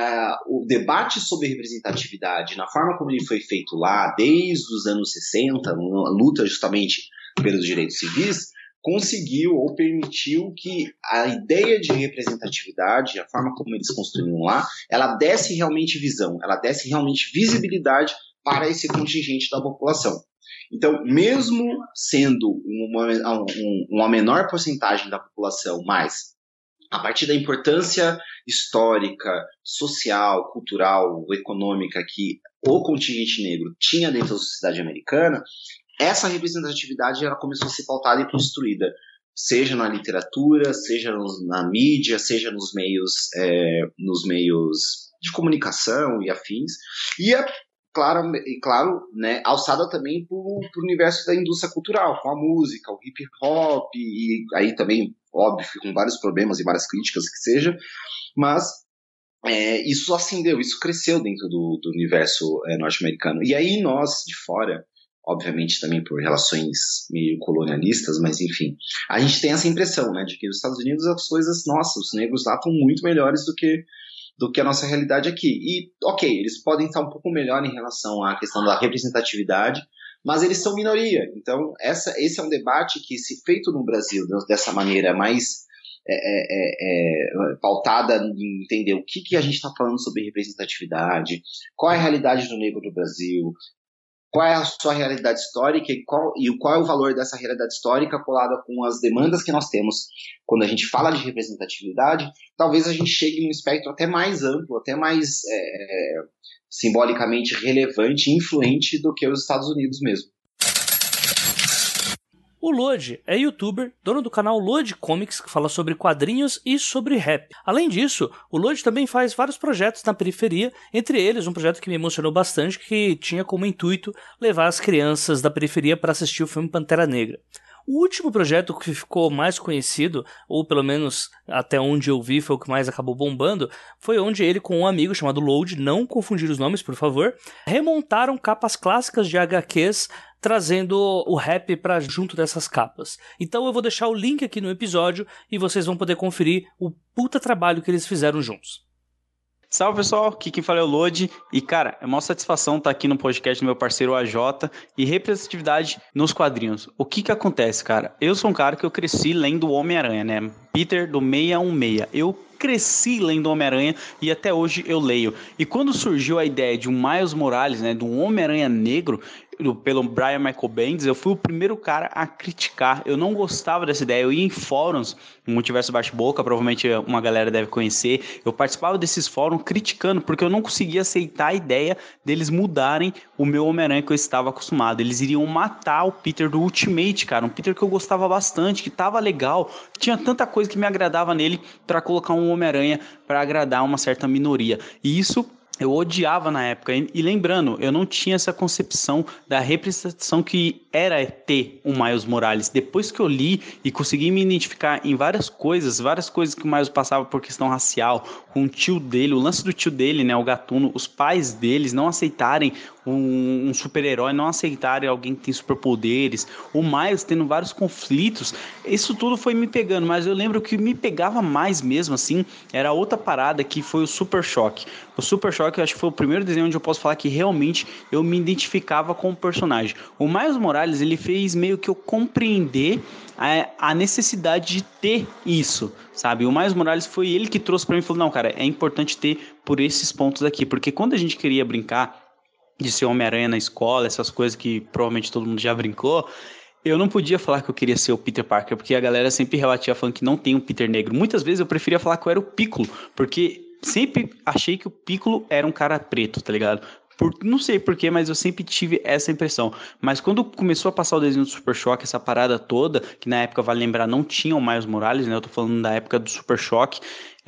o debate sobre representatividade, na forma como ele foi feito lá, desde os anos 60, uma luta justamente pelos direitos civis, conseguiu ou permitiu que a ideia de representatividade, a forma como eles construíram lá, ela desse realmente visão, ela desse realmente visibilidade para esse contingente da população. Então, mesmo sendo uma menor porcentagem da população, mas a partir da importância histórica, social, cultural, econômica que o contingente negro tinha dentro da sociedade americana, essa representatividade ela começou a ser pautada e construída, seja na literatura, seja na mídia, seja nos meios de comunicação e afins, e claro, né, alçada também para o universo da indústria cultural, com a música, o hip hop, e aí também, óbvio, com vários problemas e várias críticas que seja, mas isso acendeu, isso cresceu dentro do universo norte-americano. E aí nós, de fora, obviamente também por relações meio colonialistas, mas enfim, a gente tem essa impressão, né, de que nos Estados Unidos as coisas, nossa, os negros lá estão muito melhores do que a nossa realidade aqui. E, ok, eles podem estar um pouco melhor em relação à questão da representatividade, mas eles são minoria. Então, esse é um debate que, se feito no Brasil dessa maneira mais pautada em entender o que a gente está falando sobre representatividade, qual é a realidade do negro no Brasil, qual é a sua realidade histórica e qual é o valor dessa realidade histórica colada com as demandas que nós temos quando a gente fala de representatividade, talvez a gente chegue num espectro até mais amplo, até mais simbolicamente relevante e influente do que os Estados Unidos mesmo. O Lodi é youtuber, dono do canal Lodi Comics, que fala sobre quadrinhos e sobre rap. Além disso, o Lodi também faz vários projetos na periferia, entre eles um projeto que me emocionou bastante, que tinha como intuito levar as crianças da periferia para assistir o filme Pantera Negra. O último projeto que ficou mais conhecido, ou pelo menos até onde eu vi foi o que mais acabou bombando, foi onde ele com um amigo chamado Load, não confundir os nomes por favor, remontaram capas clássicas de HQs, trazendo o rap pra junto dessas capas. Então eu vou deixar o link aqui no episódio e vocês vão poder conferir o puta trabalho que eles fizeram juntos. Salve pessoal, aqui quem fala é o Lodi e cara, é uma satisfação estar aqui no podcast do meu parceiro AJ e representatividade nos quadrinhos. O que acontece, cara? Eu sou um cara que eu cresci lendo o Homem-Aranha, né? Peter do 616. Eu cresci lendo Homem-Aranha e até hoje eu leio. E quando surgiu a ideia de um Miles Morales, né, de um Homem-Aranha negro, pelo Brian Michael Bendis, eu fui o primeiro cara a criticar. Eu não gostava dessa ideia. Eu ia em fóruns, o Multiverso Bate-Boca, provavelmente uma galera deve conhecer. Eu participava desses fóruns criticando, porque eu não conseguia aceitar a ideia deles mudarem o meu Homem-Aranha que eu estava acostumado. Eles iriam matar o Peter do Ultimate, cara. Um Peter que eu gostava bastante, que tava legal. Tinha tanta coisa que me agradava nele para colocar um Homem-Aranha para agradar uma certa minoria. E isso eu odiava na época, e lembrando, eu não tinha essa concepção da representação que era ter o Miles Morales. Depois que eu li e consegui me identificar em várias coisas que o Miles passava por questão racial, com o tio dele, o lance do tio dele, né, o Gatuno, os pais deles não aceitarem um super-herói, não aceitarem alguém que tem superpoderes, o Miles tendo vários conflitos, isso tudo foi me pegando, mas eu lembro que me pegava mais mesmo assim, era outra parada que foi o Super Choque. O Super Choque eu acho que foi o primeiro desenho onde eu posso falar que realmente eu me identificava com o personagem. O Miles Morales, ele fez meio que eu compreender a necessidade de ter isso, sabe? O Miles Morales foi ele que trouxe pra mim e falou, não, cara, é importante ter por esses pontos aqui, porque quando a gente queria brincar de ser Homem-Aranha na escola, essas coisas que provavelmente todo mundo já brincou, eu não podia falar que eu queria ser o Peter Parker, porque a galera sempre rebatia falando que não tem um Peter negro. Muitas vezes eu preferia falar que eu era o Piccolo, porque sempre achei que o Piccolo era um cara preto, tá ligado? Não sei porquê, mas eu sempre tive essa impressão. Mas quando começou a passar o desenho do Super Choque, essa parada toda, que na época, vale lembrar, não tinha o Miles Morales, né? Eu tô falando da época do Super Choque.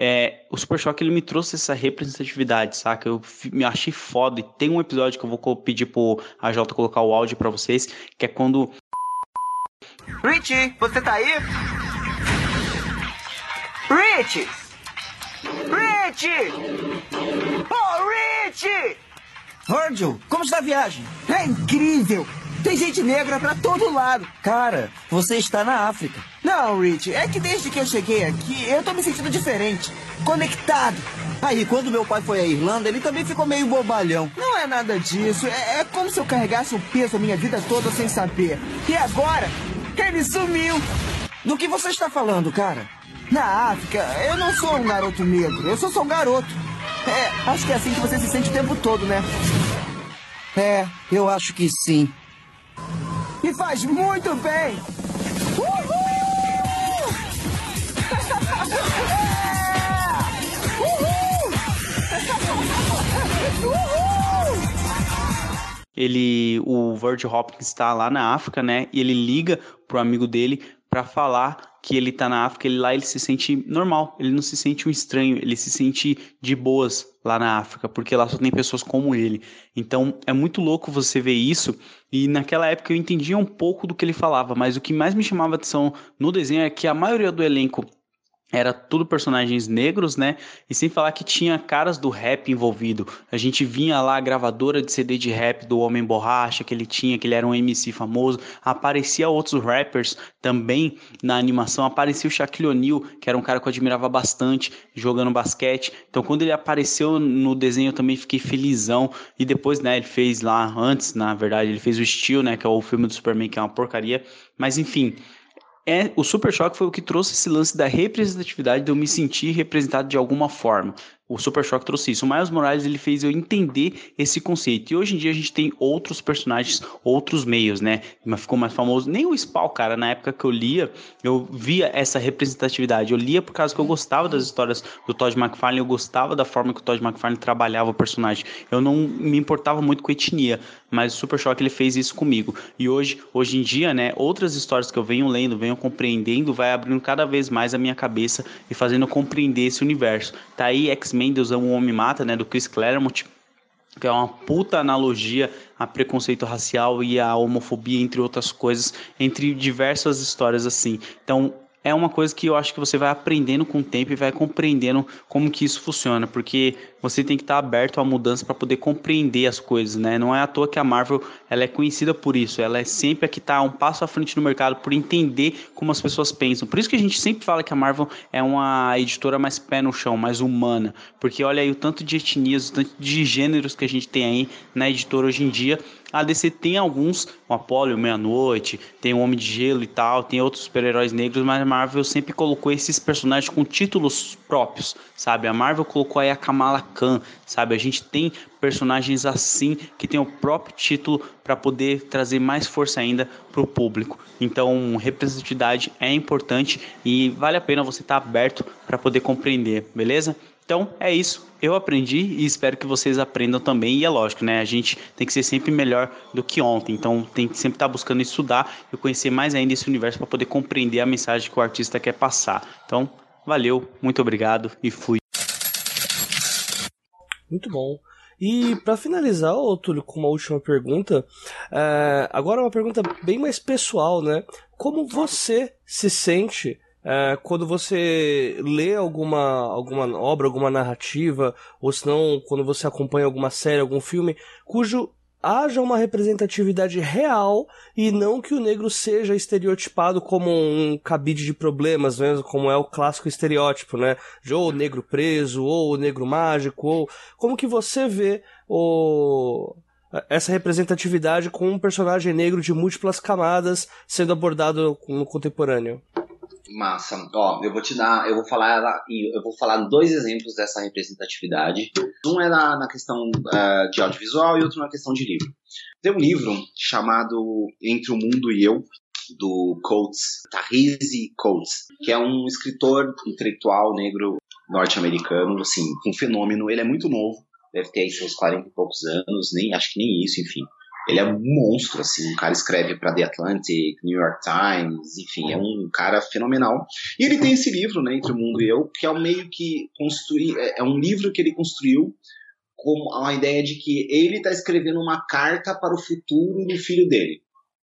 O Super Choque, ele me trouxe essa representatividade, saca? Eu me achei foda. E tem um episódio que eu vou pedir pro AJ colocar o áudio pra vocês, que é quando... Richie, você tá aí? Richie! Richie! Oh, Richie! Virgil, como está a viagem? É incrível! Tem gente negra pra todo lado. Cara, você está na África. Não, Rich, é que desde que eu cheguei aqui, eu tô me sentindo diferente. Conectado. Aí, quando meu pai foi à Irlanda, ele também ficou meio bobalhão. Não é nada disso. É como se eu carregasse o peso a minha vida toda sem saber. E agora, ele sumiu. Do que você está falando, cara? Na África, eu não sou um garoto negro. Eu sou só um garoto. Acho que é assim que você se sente o tempo todo, né? Eu acho que sim. E faz muito bem! Uhul! Uhul! O Virgil Hopkins está lá na África, né? E ele liga pro amigo dele para falar que ele tá na África, ele se sente normal, ele não se sente um estranho, ele se sente de boas lá na África, porque lá só tem pessoas como ele. Então é muito louco você ver isso, e naquela época eu entendia um pouco do que ele falava, mas o que mais me chamava a atenção no desenho é que a maioria do elenco era tudo personagens negros, né? E sem falar que tinha caras do rap envolvido. A gente vinha lá a gravadora de CD de rap do Homem Borracha que ele tinha, que ele era um MC famoso. Aparecia outros rappers também na animação. Aparecia o Shaquille O'Neal, que era um cara que eu admirava bastante, jogando basquete. Então quando ele apareceu no desenho eu também fiquei felizão. E depois, né, ele fez lá, antes, na verdade, ele fez o Steel, né, que é o filme do Superman, que é uma porcaria. Mas enfim... o Super Choque foi o que trouxe esse lance da representatividade, de eu me sentir representado de alguma forma. O Super Choque trouxe isso. O Miles Morales, ele fez eu entender esse conceito. E hoje em dia a gente tem outros personagens, outros meios, né? Mas ficou mais famoso. Nem o Spawn, cara, na época que eu lia, eu via essa representatividade. Eu lia por causa que eu gostava das histórias do Todd McFarlane, eu gostava da forma que o Todd McFarlane trabalhava o personagem. Eu não me importava muito com a etnia, mas o Super Choque, ele fez isso comigo. E hoje em dia, né, outras histórias que eu venho lendo, venho compreendendo, vai abrindo cada vez mais a minha cabeça e fazendo eu compreender esse universo. Tá aí X-Men, Deus Ama o Homem Mata, né, do Chris Claremont, que é uma puta analogia a preconceito racial e a homofobia, entre outras coisas, entre diversas histórias assim. Então, é uma coisa que eu acho que você vai aprendendo com o tempo e vai compreendendo como que isso funciona, porque você tem que estar aberto à mudança para poder compreender as coisas, né? Não é à toa que a Marvel ela é conhecida por isso, ela é sempre a que está um passo à frente no mercado por entender como as pessoas pensam. Por isso que a gente sempre fala que a Marvel é uma editora mais pé no chão, mais humana, porque olha aí o tanto de etnias, o tanto de gêneros que a gente tem aí na editora hoje em dia. A DC tem alguns, o Apollo, Meia-Noite, tem o Homem de Gelo e tal, tem outros super-heróis negros, mas a Marvel sempre colocou esses personagens com títulos próprios, sabe? A Marvel colocou aí a Kamala Khan, sabe? A gente tem personagens assim que tem o próprio título para poder trazer mais força ainda para o público. Então, representatividade é importante e vale a pena você estar aberto para poder compreender, beleza? Então, é isso. Eu aprendi e espero que vocês aprendam também. E é lógico, né? A gente tem que ser sempre melhor do que ontem. Então, tem que sempre estar buscando estudar e conhecer mais ainda esse universo para poder compreender a mensagem que o artista quer passar. Então, valeu, muito obrigado e fui. Muito bom. E para finalizar, Túlio, com uma última pergunta, agora uma pergunta bem mais pessoal, né? Como você se sente quando você lê alguma obra, alguma narrativa, ou se não, quando você acompanha alguma série, algum filme, cujo haja uma representatividade real e não que o negro seja estereotipado como um cabide de problemas, mesmo como é o clássico estereótipo, né? De ou o negro preso, ou o negro mágico, ou como que você vê essa representatividade com um personagem negro de múltiplas camadas sendo abordado no contemporâneo? Massa. Ó, eu vou falar dois exemplos dessa representatividade. Um é na questão de audiovisual e outro na questão de livro. Tem um livro chamado Entre o Mundo e Eu, do Coates, Ta-Nehisi Coates, que é um escritor intelectual negro norte-americano, assim, um fenômeno. Ele é muito novo, deve ter aí seus 40 e poucos anos, acho que nem isso, enfim. Ele é um monstro, assim, um cara escreve para The Atlantic, New York Times, enfim, é um cara fenomenal. E ele tem esse livro, né, Entre o Mundo e Eu, que é meio que é um livro que ele construiu com a ideia de que ele está escrevendo uma carta para o futuro do filho dele.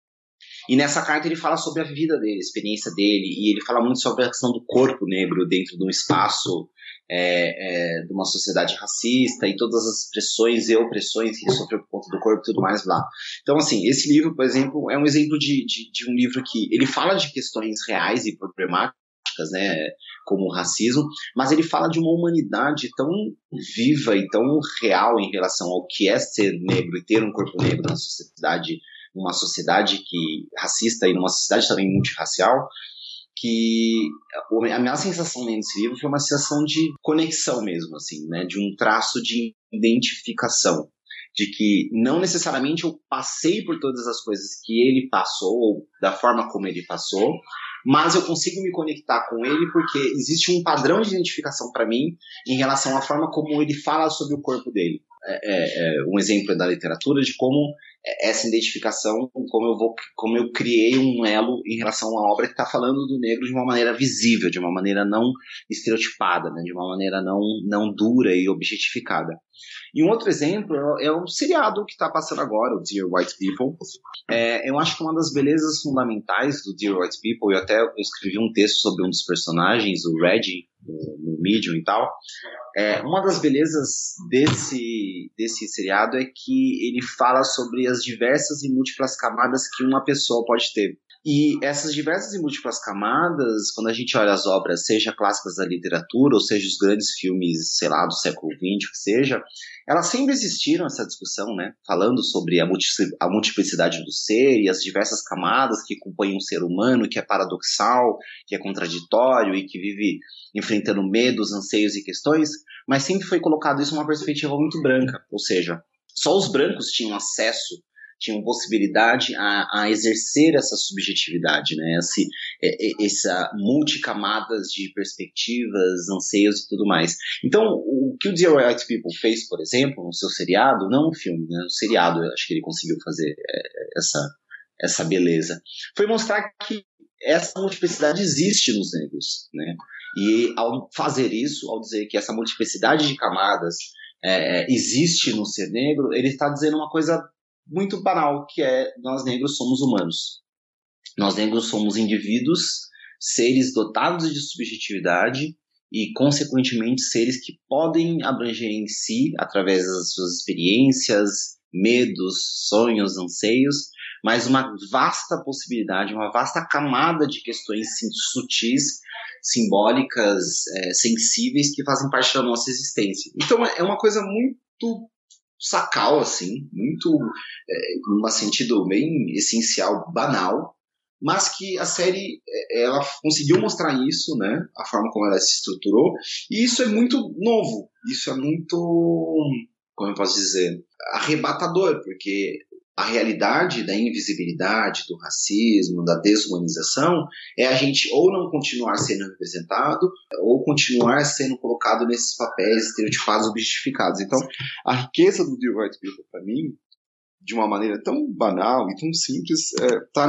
E nessa carta ele fala sobre a vida dele, a experiência dele, e ele fala muito sobre a questão do corpo negro dentro de um espaço de uma sociedade racista e todas as pressões e opressões que ele sofreu por conta do corpo e tudo mais lá. Então, assim, esse livro, por exemplo, é um exemplo de um livro que ele fala de questões reais e problemáticas, né, como o racismo, mas ele fala de uma humanidade tão viva e tão real em relação ao que é ser negro e ter um corpo negro na sociedade, numa sociedade racista e numa sociedade também multirracial, que a minha sensação nesse livro foi uma sensação de conexão mesmo, assim, né, de um traço de identificação, de que não necessariamente eu passei por todas as coisas que ele passou, ou da forma como ele passou, mas eu consigo me conectar com ele porque existe um padrão de identificação para mim em relação à forma como ele fala sobre o corpo dele. Um exemplo da literatura de como essa identificação, como eu criei um elo em relação a uma obra que está falando do negro de uma maneira visível, de uma maneira não estereotipada, né, de uma maneira não dura e objetificada. E um outro exemplo é um seriado que está passando agora, o Dear White People. Eu acho que uma das belezas fundamentais do Dear White People, eu escrevi um texto sobre um dos personagens, o Reggie, no Medium e tal. Uma das belezas desse seriado é que ele fala sobre as diversas e múltiplas camadas que uma pessoa pode ter. E essas diversas e múltiplas camadas, quando a gente olha as obras, seja clássicas da literatura, ou seja, os grandes filmes, sei lá, do século XX, o que seja, elas sempre existiram, essa discussão, né? Falando sobre a multiplicidade do ser e as diversas camadas que compõem um ser humano, que é paradoxal, que é contraditório e que vive enfrentando medos, anseios e questões, mas sempre foi colocado isso numa perspectiva muito branca, ou seja, só os brancos tinham acesso, tinham possibilidade a exercer essa subjetividade, né? Essa multicamadas de perspectivas, anseios e tudo mais. Então, o que o Dear White People fez, por exemplo, no seu seriado, não no filme, né? No seriado, eu acho que ele conseguiu fazer essa beleza, foi mostrar que essa multiplicidade existe nos negros, né? E ao fazer isso, ao dizer que essa multiplicidade de camadas existe no ser negro, ele está dizendo uma coisa muito banal, que é: nós negros somos humanos. Nós negros somos indivíduos, seres dotados de subjetividade e, consequentemente, seres que podem abranger em si, através das suas experiências, medos, sonhos, anseios, mas uma vasta possibilidade, uma vasta camada de questões sutis, simbólicas, sensíveis, que fazem parte da nossa existência. Então é uma coisa muito sacal, assim, muito, num sentido bem essencial, banal, mas que a série, ela conseguiu mostrar isso, né, a forma como ela se estruturou, e isso é muito novo, isso é muito, como eu posso dizer, arrebatador, porque a realidade da invisibilidade, do racismo, da desumanização, é a gente ou não continuar sendo representado, ou continuar sendo colocado nesses papéis estereotipados, objetificados. Então, a riqueza do Dear White People, para mim, de uma maneira tão banal e tão simples, tá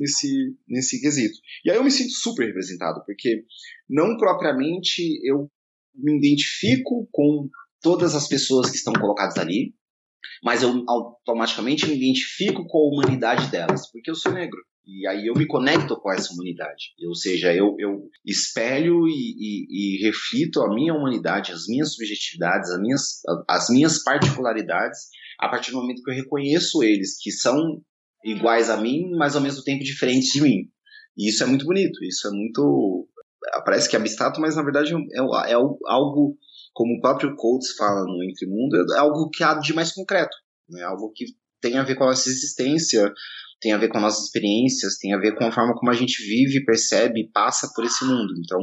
nesse quesito. E aí eu me sinto super representado, porque não propriamente eu me identifico com todas as pessoas que estão colocadas ali, mas eu automaticamente me identifico com a humanidade delas, porque eu sou negro. E aí eu me conecto com essa humanidade. Ou seja, eu espelho e reflito a minha humanidade, as minhas subjetividades, as minhas particularidades, a partir do momento que eu reconheço eles, que são iguais a mim, mas ao mesmo tempo diferentes de mim. E isso é muito bonito, isso é muito... Parece que é abstrato, mas na verdade é algo, como o próprio Coates fala no Entre Mundo, é algo que há de mais concreto. É algo que tem a ver com a nossa existência, tem a ver com as nossas experiências, tem a ver com a forma como a gente vive, percebe, passa por esse mundo. Então,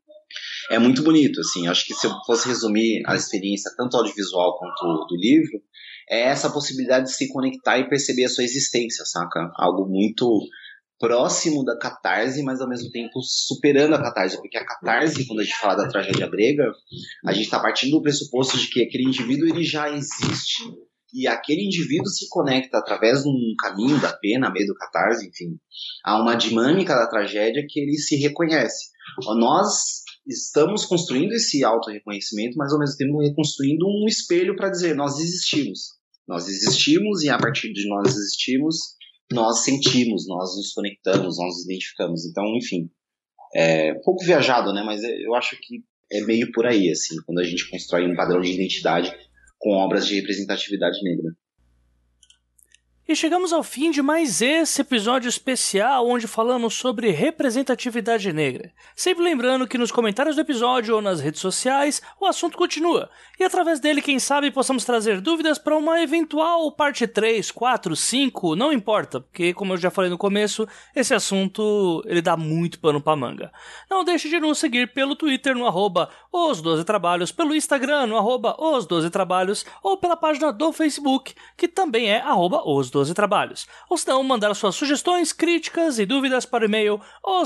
é muito bonito, assim. Acho que se eu fosse resumir a experiência, tanto audiovisual quanto do livro, é essa possibilidade de se conectar e perceber a sua existência, saca? Algo muito próximo da catarse, mas ao mesmo tempo superando a catarse, porque a catarse, quando a gente fala da tragédia grega, a gente está partindo do pressuposto de que aquele indivíduo ele já existe, e aquele indivíduo se conecta através de um caminho da pena, meio do catarse, enfim, a uma dinâmica da tragédia que ele se reconhece. Nós estamos construindo esse auto-reconhecimento, mas ao mesmo tempo reconstruindo um espelho para dizer: nós existimos. Nós existimos, e a partir de nós existimos, nós sentimos, nós nos conectamos, nós nos identificamos. Então, enfim, é um pouco viajado, né? Mas eu acho que é meio por aí, assim, quando a gente constrói um padrão de identidade com obras de representatividade negra. E chegamos ao fim de mais esse episódio especial onde falamos sobre representatividade negra. Sempre lembrando que nos comentários do episódio ou nas redes sociais o assunto continua. E através dele, quem sabe, possamos trazer dúvidas para uma eventual parte 3, 4, 5, não importa. Porque, como eu já falei no começo, esse assunto ele dá muito pano pra manga. Não deixe de nos seguir pelo Twitter no @os12trabalhos, pelo Instagram no @os12trabalhos ou pela página do Facebook, que também é @os12trabalhos. Ou se não, mandar suas sugestões, críticas e dúvidas para o e-mail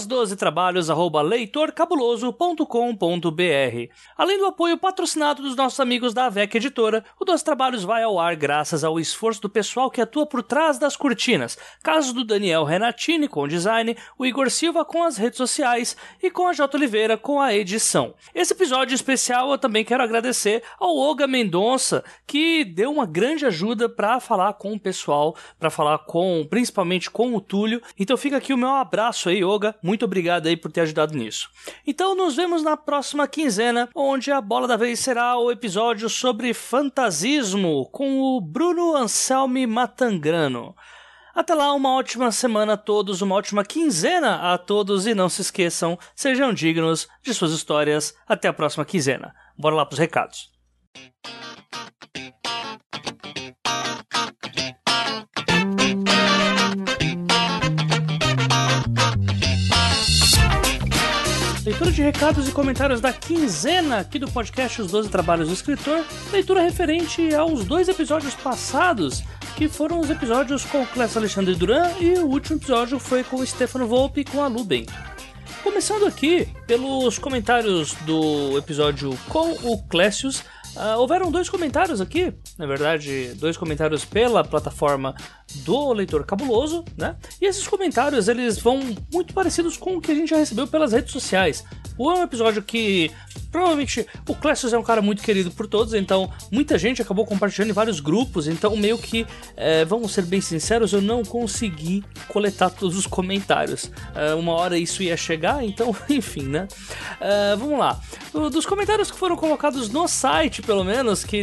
os12trabalhos@leitorcabuloso.com.br. Além do apoio patrocinado dos nossos amigos da AVEC Editora, o 12 Trabalhos vai ao ar graças ao esforço do pessoal que atua por trás das cortinas, caso do Daniel Renatini com o design, o Igor Silva com as redes sociais e com a J. Oliveira com a edição. Esse episódio especial eu também quero agradecer ao Olga Mendonça, que deu uma grande ajuda para falar com o pessoal, para falar principalmente com o Túlio. Então fica aqui o meu abraço aí, Olga, muito obrigado aí por ter ajudado nisso. Então nos vemos na próxima quinzena, onde a bola da vez será o episódio sobre fantasismo com o Bruno Anselmi Matangrano. Até lá, uma ótima semana a todos, uma ótima quinzena a todos e não se esqueçam, sejam dignos de suas histórias. Até a próxima quinzena. Bora lá pros recados. Leitura de recados e comentários da quinzena aqui do podcast Os 12 Trabalhos do Escritor. Leitura referente aos 2 episódios passados, que foram os episódios com o Clécio Alexandre Duran, e o último episódio foi com o Stefano Volpe e com a Luben. Começando aqui pelos comentários do episódio com o Clécius, houveram 2 comentários aqui, na verdade 2 comentários pela plataforma do Leitor Cabuloso, né? E esses comentários eles vão muito parecidos com o que a gente já recebeu pelas redes sociais. O é um episódio que provavelmente o Clécio é um cara muito querido por todos, então muita gente acabou compartilhando em vários grupos, então meio que, vamos ser bem sinceros, eu não consegui coletar todos os comentários. Uma hora isso ia chegar, então enfim, né? Vamos lá. Dos comentários que foram colocados no site, pelo menos, que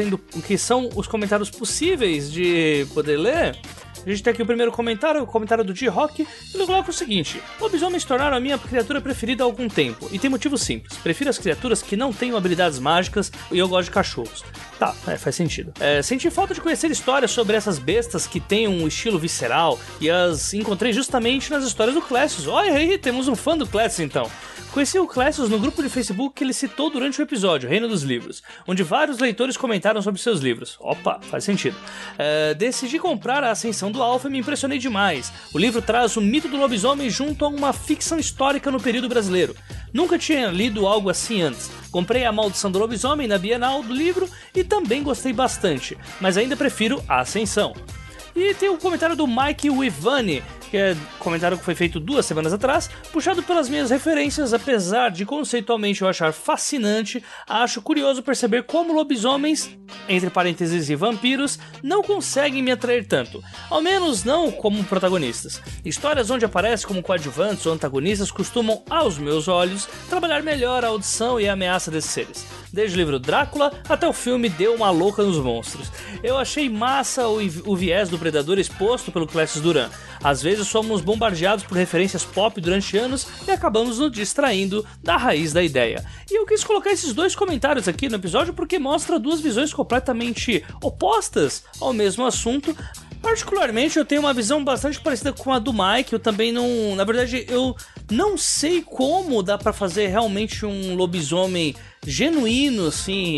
são os comentários possíveis de poder ler, a gente tem aqui o primeiro comentário, o comentário do D-Rock. Ele coloca o seguinte: lobisomens se tornaram a minha criatura preferida há algum tempo. E tem motivo simples. Prefiro as criaturas que não tenham habilidades mágicas e eu gosto de cachorros. Tá, faz sentido. Senti falta de conhecer histórias sobre essas bestas que têm um estilo visceral e as encontrei justamente nas histórias do Clécio. Olha aí, temos um fã do Clécio então. Conheci o Clécio no grupo de Facebook que ele citou durante o episódio, Reino dos Livros, onde vários leitores comentaram sobre seus livros. Opa, faz sentido. Decidi comprar a Ascensão do Alpha e me impressionei demais. O livro traz o mito do lobisomem junto a uma ficção histórica no período brasileiro. Nunca tinha lido algo assim antes. Comprei A Maldição do Lobisomem na Bienal do livro e também gostei bastante, mas ainda prefiro a Ascensão. E tem o comentário do Mike Wivani, que é um comentário que foi feito 2 semanas atrás, puxado pelas minhas referências. Apesar de conceitualmente eu achar fascinante, acho curioso perceber como lobisomens, entre parênteses, e vampiros, não conseguem me atrair tanto, ao menos não como protagonistas. Histórias onde aparecem como coadjuvantes ou antagonistas costumam, aos meus olhos, trabalhar melhor a audição e a ameaça desses seres. Desde o livro Drácula até o filme Deu uma Louca nos Monstros. Eu achei massa o viés do predador exposto pelo Clécio Duran. Às vezes somos bombardeados por referências pop durante anos e acabamos nos distraindo da raiz da ideia. E eu quis colocar esses 2 comentários aqui no episódio porque mostra 2 visões completamente opostas ao mesmo assunto. Particularmente, eu tenho uma visão bastante parecida com a do Mike. Eu também não... Na verdade, eu não sei como dá pra fazer realmente um lobisomem genuíno, assim,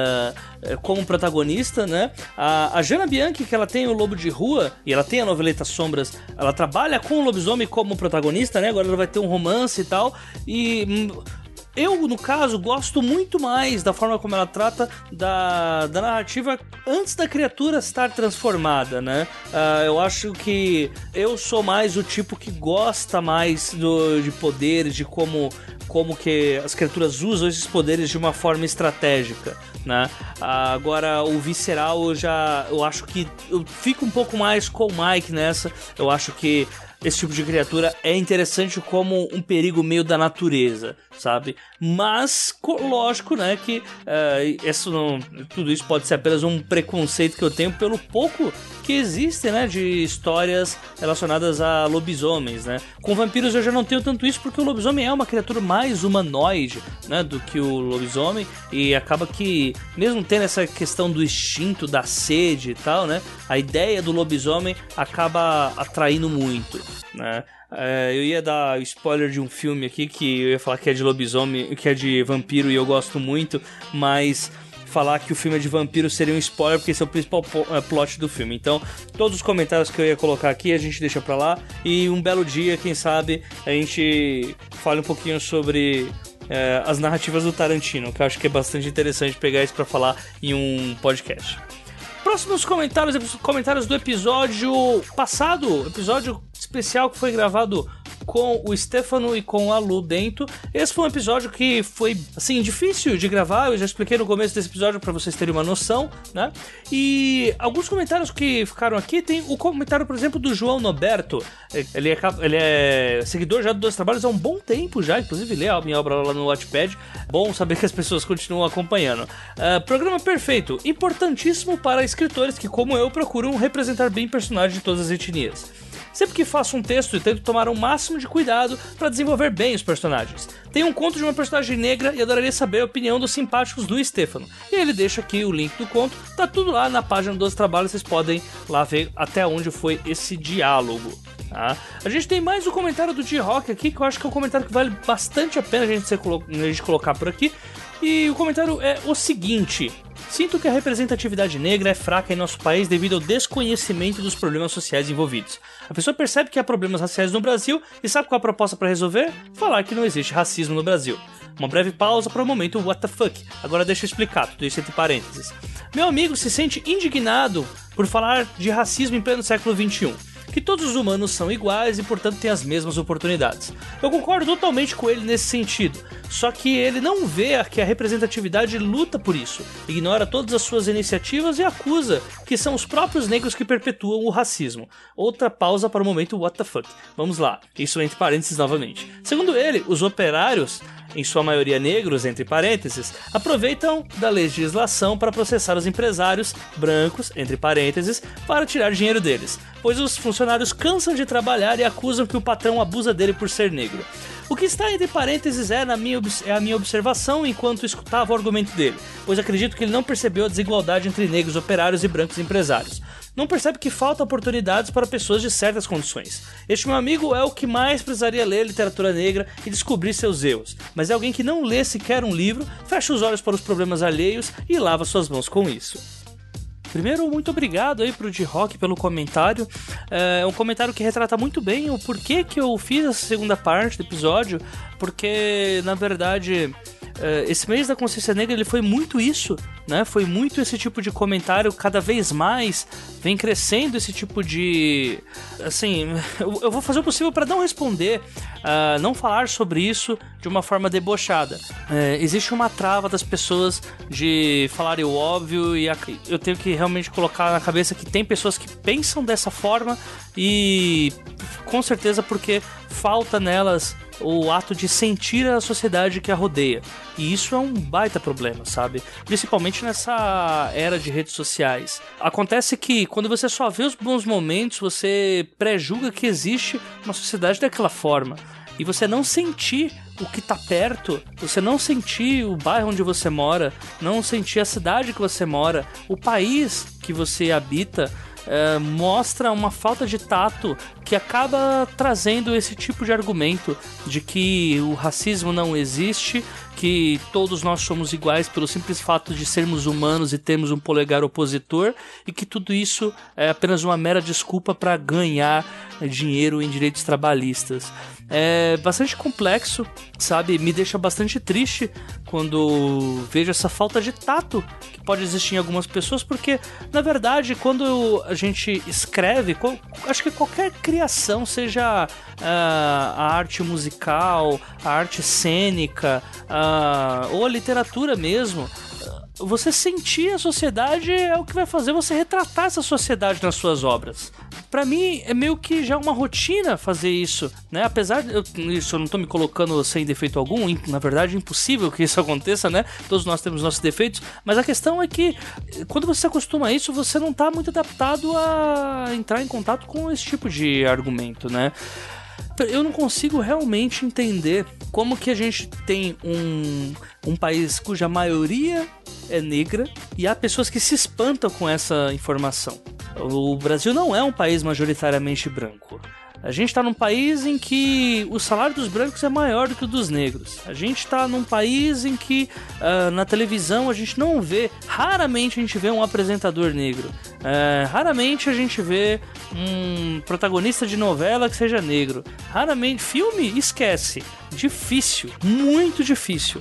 como protagonista, né? A Jana Bianchi, que ela tem o Lobo de Rua, e ela tem a noveleta Sombras, ela trabalha com o lobisomem como protagonista, né? Agora ela vai ter um romance e tal, e... Eu, no caso, gosto muito mais da forma como ela trata da narrativa antes da criatura estar transformada, né? Eu acho que eu sou mais o tipo que gosta mais de poderes, de como que as criaturas usam esses poderes de uma forma estratégica, né? Agora, o visceral, eu acho que eu fico um pouco mais com o Mike nessa. Eu acho que esse tipo de criatura é interessante como um perigo meio da natureza, sabe? Mas, lógico, né, que tudo isso pode ser apenas um preconceito que eu tenho pelo pouco que existe, né, de histórias relacionadas a lobisomens, né? Com vampiros eu já não tenho tanto isso porque o lobisomem é uma criatura mais humanoide, né, do que o lobisomem, e acaba que, mesmo tendo essa questão do instinto, da sede e tal, né, a ideia do lobisomem acaba atraindo muito, né? Eu ia dar spoiler de um filme aqui que eu ia falar que é de lobisomem, que é de vampiro e eu gosto muito, mas falar que o filme é de vampiro seria um spoiler porque esse é o principal plot do filme. Então, todos os comentários que eu ia colocar aqui a gente deixa pra lá e um belo dia, quem sabe, a gente fale um pouquinho sobre as narrativas do Tarantino, que eu acho que é bastante interessante pegar isso pra falar em um podcast. Próximos comentários do episódio passado, episódio especial que foi gravado com o Stefano e com a Lu dentro. Esse foi um episódio que foi, assim, difícil de gravar. Eu já expliquei no começo desse episódio pra vocês terem uma noção, né? E alguns comentários que ficaram aqui, tem o comentário, por exemplo, do João Noberto. Ele é seguidor já dos Dois Trabalhos há um bom tempo já, inclusive lê a minha obra lá no Wattpad. Bom saber que as pessoas continuam acompanhando. Programa perfeito, importantíssimo para escritores que, como eu, procuram representar bem personagens de todas as etnias. Sempre que faço um texto, eu tento tomar o máximo de cuidado para desenvolver bem os personagens. Tem um conto de uma personagem negra e adoraria saber a opinião dos simpáticos do Stefano. E ele deixa aqui o link do conto, tá tudo lá na página dos trabalhos, vocês podem lá ver até onde foi esse diálogo. Tá? A gente tem mais um comentário do D-Rock aqui, que eu acho que é um comentário que vale bastante a pena a gente colocar por aqui. E o comentário é o seguinte: sinto que a representatividade negra é fraca em nosso país devido ao desconhecimento dos problemas sociais envolvidos. A pessoa percebe que há problemas raciais no Brasil e sabe qual é a proposta para resolver? Falar que não existe racismo no Brasil. Uma breve pausa para o momento what the fuck. Agora deixa eu explicar, tudo isso entre parênteses. Meu amigo se sente indignado por falar de racismo em pleno século XXI. que todos os humanos são iguais e, portanto, têm as mesmas oportunidades. Eu concordo totalmente com ele nesse sentido, só que ele não vê que a representatividade luta por isso, ignora todas as suas iniciativas e acusa que são os próprios negros que perpetuam o racismo. Outra pausa para o momento what the fuck. Vamos lá, isso entre parênteses novamente. Segundo ele, os operários, em sua maioria negros, entre parênteses, aproveitam da legislação para processar os empresários brancos, entre parênteses, para tirar dinheiro deles, pois os funcionários cansam de trabalhar e acusam que o patrão abusa dele por ser negro. O que está entre parênteses é a minha observação enquanto escutava o argumento dele, pois acredito que ele não percebeu a desigualdade entre negros operários e brancos empresários. Não percebe que falta oportunidades para pessoas de certas condições. Este meu amigo é o que mais precisaria ler literatura negra e descobrir seus erros, mas é alguém que não lê sequer um livro, fecha os olhos para os problemas alheios e lava suas mãos com isso. Primeiro, muito obrigado aí pro D-Rock pelo comentário. É um comentário que retrata muito bem o porquê que eu fiz essa segunda parte do episódio, porque, na verdade, esse mês da consciência negra ele foi muito isso, né? Foi muito esse tipo de comentário, cada vez mais vem crescendo esse tipo de... Assim, eu vou fazer o possível para não responder, não falar sobre isso de uma forma debochada. Existe uma trava das pessoas de falarem o óbvio e eu tenho que realmente colocar na cabeça que tem pessoas que pensam dessa forma e com certeza porque falta nelas o ato de sentir a sociedade que a rodeia. E isso é um baita problema, sabe? Principalmente nessa era de redes sociais. Acontece que quando você só vê os bons momentos, você pré-julga que existe uma sociedade daquela forma. E você não sentir o que tá perto, você não sentir o bairro onde você mora, não sentir a cidade que você mora, o país que você habita, mostra uma falta de tato que acaba trazendo esse tipo de argumento de que o racismo não existe, que todos nós somos iguais pelo simples fato de sermos humanos e termos um polegar opositor e que tudo isso é apenas uma mera desculpa para ganhar dinheiro em direitos trabalhistas. É bastante complexo, sabe? Me deixa bastante triste quando vejo essa falta de tato que pode existir em algumas pessoas, porque, na verdade, quando a gente escreve, acho que qualquer criação, seja a arte musical, a arte cênica, ou a literatura mesmo, você sentir a sociedade é o que vai fazer você retratar essa sociedade nas suas obras. Pra mim, é meio que já uma rotina fazer isso, né? Apesar de eu não tô me colocando sem defeito algum, na verdade é impossível que isso aconteça, né? Todos nós temos nossos defeitos, mas a questão é que quando você se acostuma a isso, você não tá muito adaptado a entrar em contato com esse tipo de argumento, né? Eu não consigo realmente entender como que a gente tem um país cuja maioria é negra e há pessoas que se espantam com essa informação. O Brasil não é um país majoritariamente branco. A gente está num país em que o salário dos brancos é maior do que o dos negros. A gente está num país em que na televisão a gente não vê, raramente a gente vê um apresentador negro. Raramente a gente vê um protagonista de novela que seja negro. Raramente, filme, esquece. Difícil, muito difícil.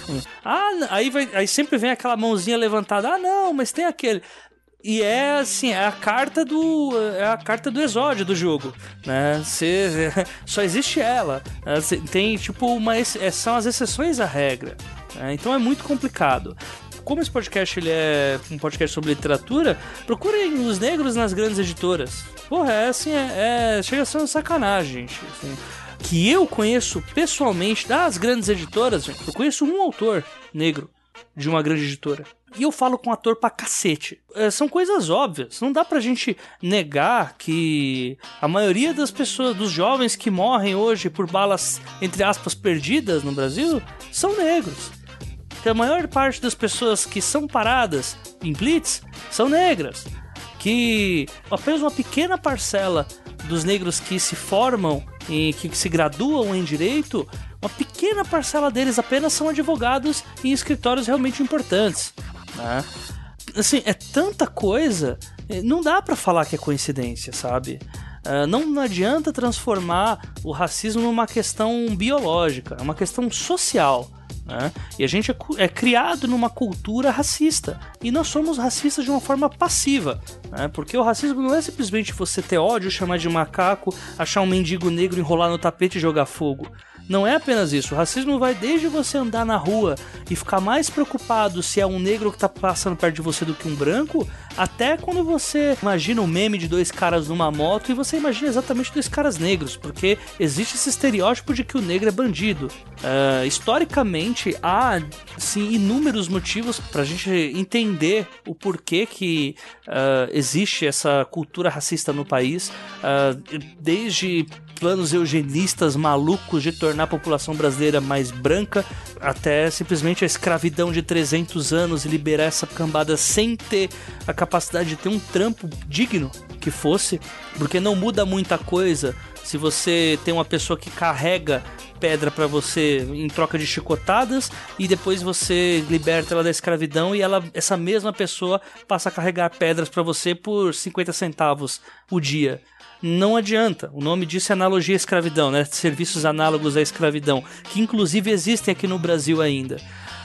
Aí sempre vem aquela mãozinha levantada. Não, mas tem aquele... E é assim, é a carta do exódio do jogo, né? Só existe ela. Tem tipo são as exceções à regra. Né? Então é muito complicado. Como esse podcast ele é um podcast sobre literatura, procurem os negros nas grandes editoras. Porra, chega a ser uma sacanagem, gente. Assim, que eu conheço pessoalmente das grandes editoras, gente, eu conheço um autor negro de uma grande editora. E eu falo com ator pra cacete. São coisas óbvias. Não dá pra gente negar que a maioria das pessoas, dos jovens que morrem hoje por balas, entre aspas, perdidas no Brasil, são negros. Que a maior parte das pessoas que são paradas em blitz são negras. Que apenas uma pequena parcela dos negros que se formam e que se graduam em direito, uma pequena parcela deles apenas são advogados em escritórios realmente importantes. Né? Assim, é tanta coisa, não dá pra falar que é coincidência, sabe? Não adianta transformar o racismo numa questão biológica, é uma questão social. né? E a gente é criado numa cultura racista. E nós somos racistas de uma forma passiva, né? Porque o racismo não é simplesmente você ter ódio, chamar de macaco, achar um mendigo negro, enrolar no tapete e jogar fogo. Não é apenas isso. O racismo vai desde você andar na rua e ficar mais preocupado se é um negro que tá passando perto de você do que um branco, até quando você imagina um meme de 2 caras numa moto e você imagina exatamente 2 caras negros, porque existe esse estereótipo de que o negro é bandido. Historicamente, há sim inúmeros motivos pra gente entender o porquê que existe essa cultura racista no país, desde planos eugenistas malucos de tornar a população brasileira mais branca, até simplesmente a escravidão de 300 anos e liberar essa cambada sem ter a capacidade de ter um trampo digno que fosse, porque não muda muita coisa se você tem uma pessoa que carrega pedra pra você em troca de chicotadas e depois você liberta ela da escravidão e essa mesma pessoa passa a carregar pedras pra você por 50 centavos o dia. Não adianta, o nome disso é analogia à escravidão, né? Serviços análogos à escravidão, que inclusive existem aqui no Brasil ainda.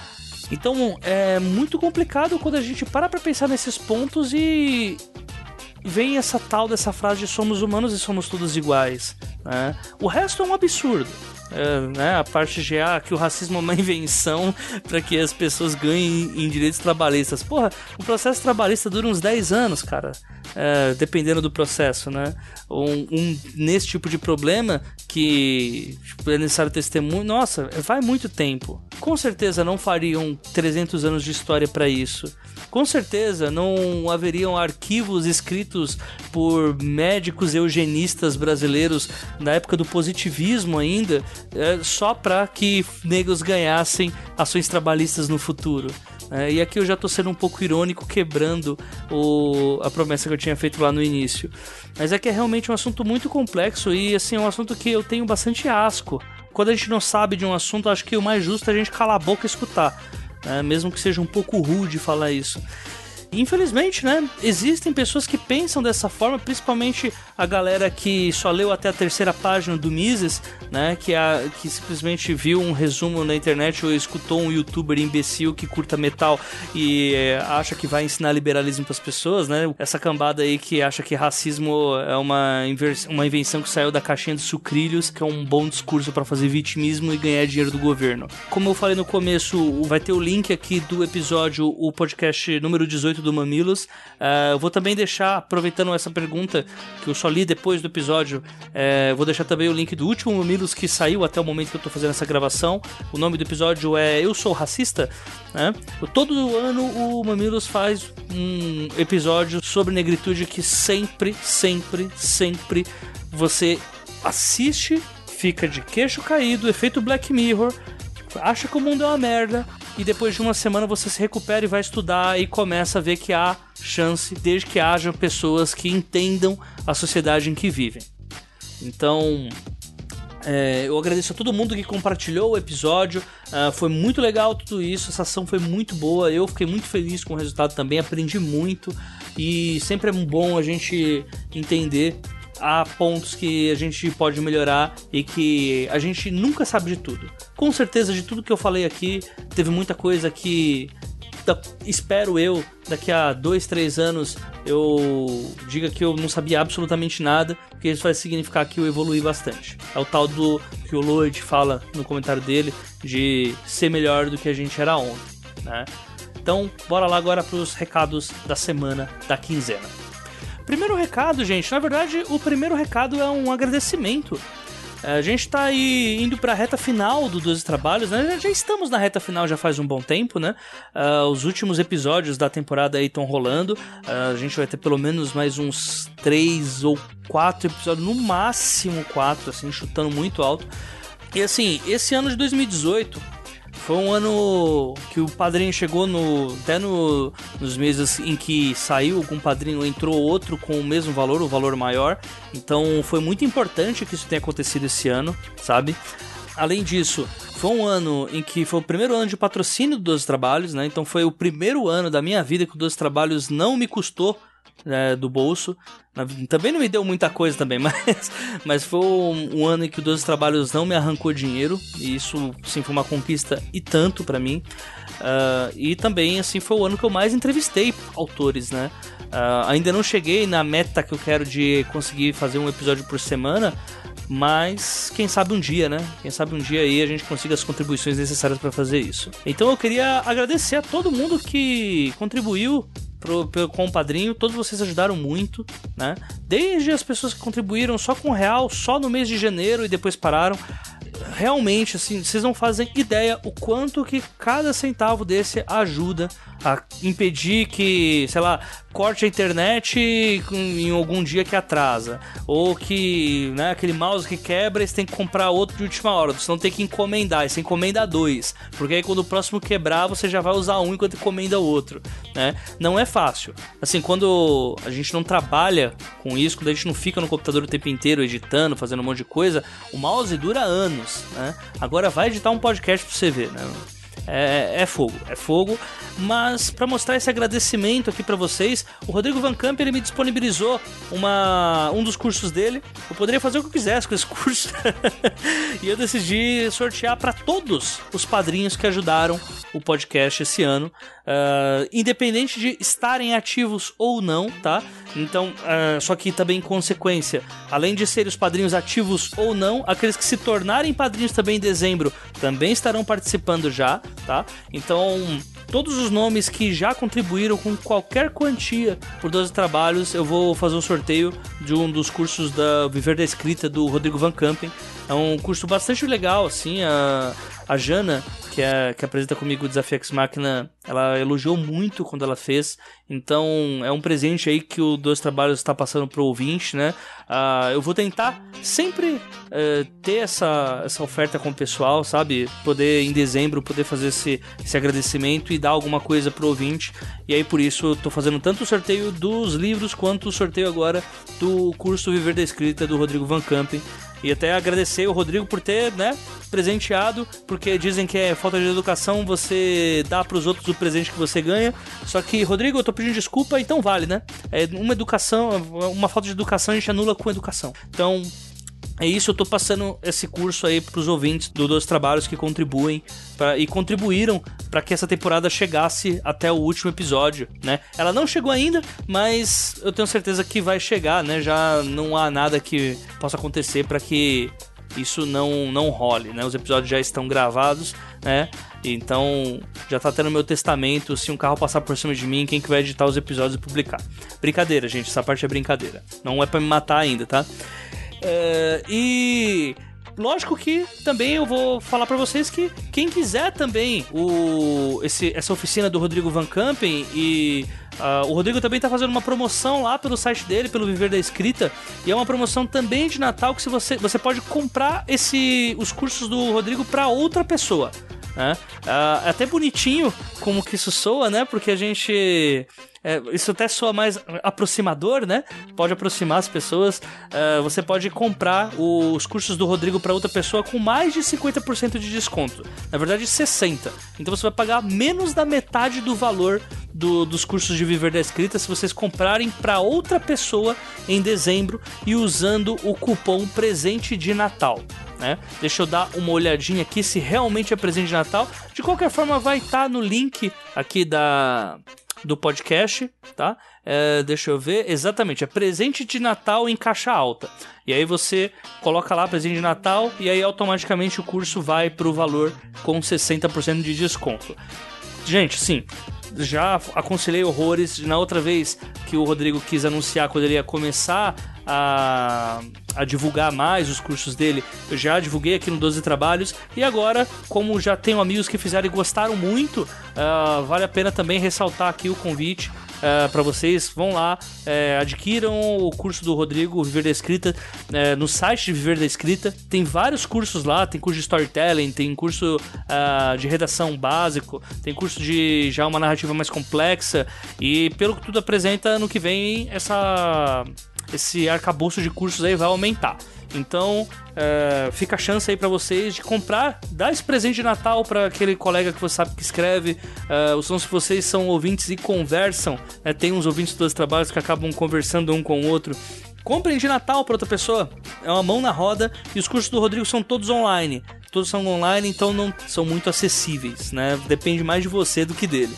Então é muito complicado quando a gente para pra pensar nesses pontos e vem essa tal dessa frase de somos humanos e somos todos iguais, né? O resto é um absurdo. Né, a parte de que o racismo é uma invenção para que as pessoas ganhem em direitos trabalhistas. Porra, o processo trabalhista dura uns 10 anos, cara, dependendo do processo, né? Nesse tipo de problema que é necessário testemunho, nossa, vai muito tempo. Com certeza não fariam 300 anos de história para isso. Com certeza não haveriam arquivos escritos por médicos eugenistas brasileiros na época do positivismo ainda, só para que negros ganhassem ações trabalhistas no futuro. E aqui eu já tô sendo um pouco irônico, quebrando a promessa que eu tinha feito lá no início. Mas é que é realmente um assunto muito complexo e assim, é um assunto que eu tenho bastante asco. Quando a gente não sabe de um assunto, acho que o mais justo é a gente calar a boca e escutar. Mesmo que seja um pouco rude falar isso. Infelizmente, né, existem pessoas que pensam dessa forma, principalmente a galera que só leu até a 3ª página do Mises, né, que simplesmente viu um resumo na internet ou escutou um youtuber imbecil que curta metal e acha que vai ensinar liberalismo para as pessoas, né, essa cambada aí que acha que racismo é uma invenção que saiu da caixinha de sucrilhos, que é um bom discurso para fazer vitimismo e ganhar dinheiro do governo. Como eu falei no começo, vai ter o link aqui do episódio, o podcast número 18 do Mamilos. Eu vou também deixar, aproveitando essa pergunta que eu só li depois do episódio, vou deixar também o link do último Mamilos que saiu até o momento que eu tô fazendo essa gravação. O nome do episódio é Eu Sou Racista, né? Todo ano o Mamilos faz um episódio sobre negritude que sempre você assiste, fica de queixo caído, efeito Black Mirror, acha que o mundo é uma merda e depois de uma semana você se recupera e vai estudar e começa a ver que há chance, desde que hajam pessoas que entendam a sociedade em que vivem. Então, eu agradeço a todo mundo que compartilhou o episódio, foi muito legal tudo isso, essa ação foi muito boa, eu fiquei muito feliz com o resultado também, aprendi muito e sempre é bom a gente entender há pontos que a gente pode melhorar e que a gente nunca sabe de tudo. Com certeza, de tudo que eu falei aqui, teve muita coisa que espero eu, daqui a 2, 3 anos, eu diga que eu não sabia absolutamente nada, porque isso vai significar que eu evolui bastante. É o tal do que o Lloyd fala no comentário dele, de ser melhor do que a gente era ontem, né? Então, bora lá agora para os recados da semana, da quinzena. Primeiro recado, gente, na verdade o primeiro recado é um agradecimento. A gente tá aí indo pra reta final do 12 Trabalhos, né? Já estamos na reta final já faz um bom tempo, né? Os últimos episódios da temporada aí estão rolando. A gente vai ter pelo menos mais uns 3 ou 4 episódios, no máximo 4, assim, chutando muito alto. E assim, esse ano de 2018... foi um ano que o Padrinho chegou até nos meses em que saiu com o Padrinho, entrou outro com o mesmo valor, o valor maior. Então foi muito importante que isso tenha acontecido esse ano, sabe? Além disso, foi um ano em que foi o primeiro ano de patrocínio do 12 Trabalhos, né? Então foi o primeiro ano da minha vida que o 12 Trabalhos não me custou do bolso. Também não me deu muita coisa também, mas foi um ano em que o 12 Trabalhos não me arrancou dinheiro, e isso sim foi uma conquista e tanto pra mim. E também assim foi o ano que eu mais entrevistei autores, né? Ainda não cheguei na meta que eu quero de conseguir fazer um episódio por semana, mas quem sabe um dia, né? Quem sabe um dia aí a gente consiga as contribuições necessárias para fazer isso. Então eu queria agradecer a todo mundo que contribuiu com o padrinho. Todos vocês ajudaram muito, né? Desde as pessoas que contribuíram só com R$1, só no mês de janeiro e depois pararam. Realmente, assim, vocês não fazem ideia o quanto que cada centavo desse ajuda a impedir que, sei lá, corte a internet em algum dia que atrasa, ou que, né, aquele mouse que quebra e você tem que comprar outro de última hora, você não tem que encomendar, você encomenda 2, porque aí quando o próximo quebrar você já vai usar um enquanto encomenda o outro, né? Não é fácil. Assim, quando a gente não trabalha com isso, quando a gente não fica no computador o tempo inteiro editando, fazendo um monte de coisa, o mouse dura anos, né? Agora vai editar um podcast pra você ver, né? É fogo, mas para mostrar esse agradecimento aqui para vocês, o Rodrigo Van Camp, ele me disponibilizou um dos cursos dele. Eu poderia fazer o que eu quisesse com esse curso e eu decidi sortear para todos os padrinhos que ajudaram o podcast esse ano, independente de estarem ativos ou não, tá? Então, só que também em consequência, além de serem os padrinhos ativos ou não, aqueles que se tornarem padrinhos também em dezembro também estarão participando já, tá? Então, todos os nomes que já contribuíram com qualquer quantia por 12 trabalhos, eu vou fazer um sorteio de um dos cursos da Viver da Escrita do Rodrigo Van Campen. É um curso bastante legal, assim. A Jana, que apresenta comigo o Desafio Ex Machina, ela elogiou muito quando ela fez. Então é um presente aí que o 12 Trabalhos está passando pro ouvinte, né? Eu vou tentar sempre ter essa oferta com o pessoal, sabe? Poder, em dezembro, poder fazer esse agradecimento e dar alguma coisa pro ouvinte. E aí, por isso, eu tô fazendo tanto o sorteio dos livros quanto o sorteio agora do curso Viver da Escrita do Rodrigo Van Campen. E até agradecer o Rodrigo por ter, né, presenteado, porque dizem que é falta de educação você dar pros outros o presente que você ganha. Só que, Rodrigo, eu tô pedindo desculpa, então vale, né? Uma falta de educação a gente anula com educação. Então, é isso, eu tô passando esse curso aí pros ouvintes do 12 Trabalhos que contribuem e contribuíram para que essa temporada chegasse até o último episódio, né? Ela não chegou ainda, mas eu tenho certeza que vai chegar, né? Já não há nada que possa acontecer para que isso não role, né? Os episódios já estão gravados, né? Então já tá tendo meu testamento. Se um carro passar por cima de mim, quem que vai editar os episódios e publicar? Brincadeira, gente, essa parte é brincadeira. Não é para me matar ainda, tá? E lógico que também eu vou falar pra vocês que quem quiser também essa oficina do Rodrigo Van Campen, e o Rodrigo também tá fazendo uma promoção lá pelo site dele, pelo Viver da Escrita, e é uma promoção também de Natal que você pode comprar os cursos do Rodrigo pra outra pessoa, né? É até bonitinho como que isso soa, né? Porque a gente... isso até soa mais aproximador, né? Pode aproximar as pessoas. Você pode comprar os cursos do Rodrigo para outra pessoa com mais de 50% de desconto. Na verdade, 60%. Então você vai pagar menos da metade do valor dos cursos de Viver da Escrita se vocês comprarem para outra pessoa em dezembro e usando o cupom Presente de Natal, né? Deixa eu dar uma olhadinha aqui se realmente é presente de Natal. De qualquer forma, vai estar no link aqui do podcast, tá? Deixa eu ver, exatamente, é presente de Natal em caixa alta. E aí você coloca lá presente de Natal e aí automaticamente o curso vai pro valor com 60% de desconto. Gente, sim, já aconselhei horrores. Na outra vez que o Rodrigo quis anunciar quando ele ia começar a divulgar mais os cursos dele, eu já divulguei aqui no 12 Trabalhos, e agora, como já tenho amigos que fizeram e gostaram muito, vale a pena também ressaltar aqui o convite para vocês. Vão lá, adquiram o curso do Rodrigo, Viver da Escrita, no site de Viver da Escrita. Tem vários cursos lá, tem curso de storytelling, tem curso de redação básico, tem curso de já uma narrativa mais complexa, e pelo que tudo apresenta, ano que vem esse arcabouço de cursos aí vai aumentar. Então, fica a chance aí pra vocês de comprar, dar esse presente de Natal pra aquele colega que você sabe que escreve, ou se vocês são ouvintes e conversam, né, tem uns ouvintes dos trabalhos que acabam conversando um com o outro. Comprem de Natal pra outra pessoa, é uma mão na roda, e os cursos do Rodrigo são todos online. Todos são online, então não são muito acessíveis, né? Depende mais de você do que dele.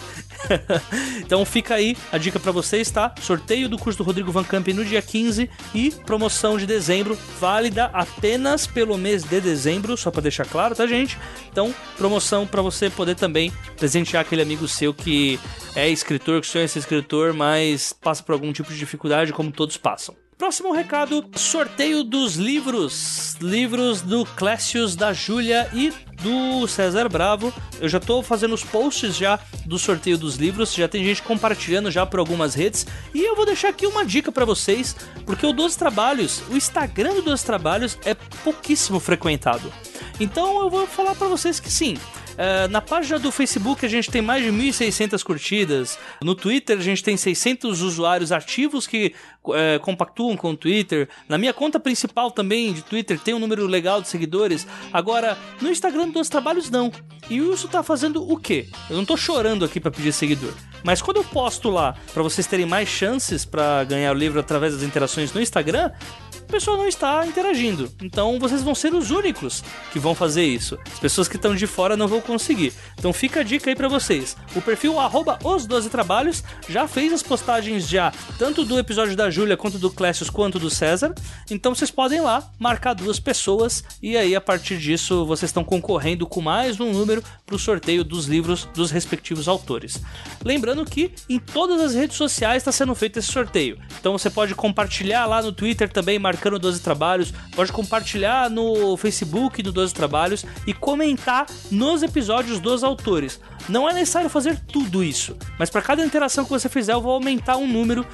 Então fica aí a dica pra vocês, tá? Sorteio do curso do Rodrigo Van Campen no dia 15 e promoção de dezembro, válida apenas pelo mês de dezembro, só pra deixar claro, tá, gente? Então, promoção pra você poder também presentear aquele amigo seu que é escritor, que sonha ser escritor, mas passa por algum tipo de dificuldade, como todos passam. Próximo recado, sorteio dos livros do Clécius, da Júlia e do César Bravo. Eu já tô fazendo os posts já do sorteio dos livros, já tem gente compartilhando já por algumas redes, e eu vou deixar aqui uma dica pra vocês, porque o 12 Trabalhos, o Instagram do 12 Trabalhos é pouquíssimo frequentado. Então eu vou falar pra vocês que sim, na página do Facebook a gente tem mais de 1.600 curtidas. No Twitter a gente tem 600 usuários ativos que compactuam com o Twitter. Na minha conta principal também de Twitter tem um número legal de seguidores. Agora, no Instagram dos trabalhos não. E isso tá fazendo o quê? Eu não tô chorando aqui pra pedir seguidor, mas quando eu posto lá pra vocês terem mais chances pra ganhar o livro através das interações no Instagram, a pessoa não está interagindo. Então vocês vão ser os únicos que vão fazer isso. As pessoas que estão de fora não vão conseguir. Então fica a dica aí pra vocês. O perfil @os12trabalhos já fez as postagens já, tanto do episódio da Júlia, quanto do Clécius, quanto do César. Então vocês podem ir lá, marcar 2 pessoas, e aí a partir disso vocês estão concorrendo com mais um número pro sorteio dos livros dos respectivos autores. Lembrando que em todas as redes sociais está sendo feito esse sorteio. Então você pode compartilhar lá no Twitter também, marcando 12 Trabalhos, pode compartilhar no Facebook do 12 Trabalhos e comentar nos episódios dos autores. Não é necessário fazer tudo isso, mas para cada interação que você fizer eu vou aumentar um número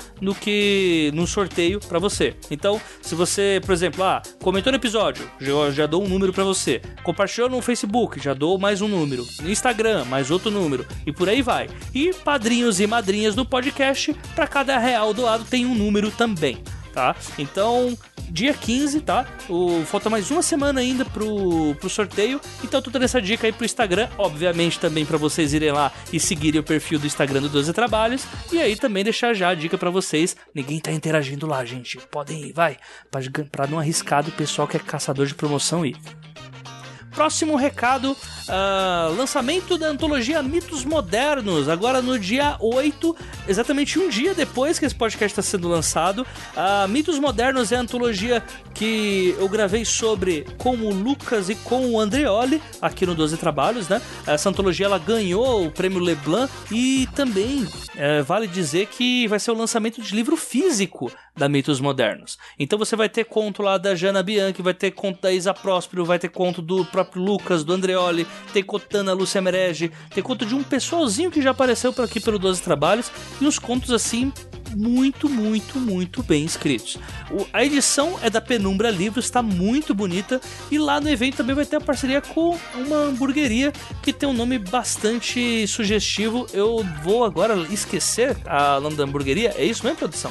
no sorteio para você. Então, se você, por exemplo, comentou no episódio, já dou um número para você. Compartilhou no Facebook, já dou mais um número. No Instagram, mais outro número. E por aí vai. E padrinhos e madrinhas do podcast, para cada real doado tem um número também. Tá? Então, dia 15, tá? Falta mais uma semana ainda pro sorteio. Então, tô dando essa dica aí pro Instagram. Obviamente, também pra vocês irem lá e seguirem o perfil do Instagram do 12 Trabalhos. E aí, também deixar já a dica pra vocês. Ninguém tá interagindo lá, gente. Podem ir, vai. Pra não arriscar do pessoal que é caçador de promoção ir. Próximo recado, lançamento da antologia Mitos Modernos, agora no dia 8, exatamente um dia depois que esse podcast está sendo lançado. Mitos Modernos é a antologia que eu gravei com o Lucas e com o Andreoli, aqui no 12 Trabalhos, né? Essa antologia ela ganhou o prêmio Leblanc e também vale dizer que vai ser o lançamento de livro físico da Mitos Modernos. Então você vai ter conto lá da Jana Bianchi, vai ter conto da Isa Próspero, vai ter conto do próprio Lucas, do Andreoli, tem Cotana, Lúcia Merege, tem conto de um pessoalzinho que já apareceu por aqui pelo 12 Trabalhos, e uns contos assim muito, muito, muito bem escritos. A edição é da Penumbra Livros, está muito bonita, e lá no evento também vai ter a parceria com uma hamburgueria que tem um nome bastante sugestivo. Eu vou agora esquecer o nome da hamburgueria, é isso mesmo, produção?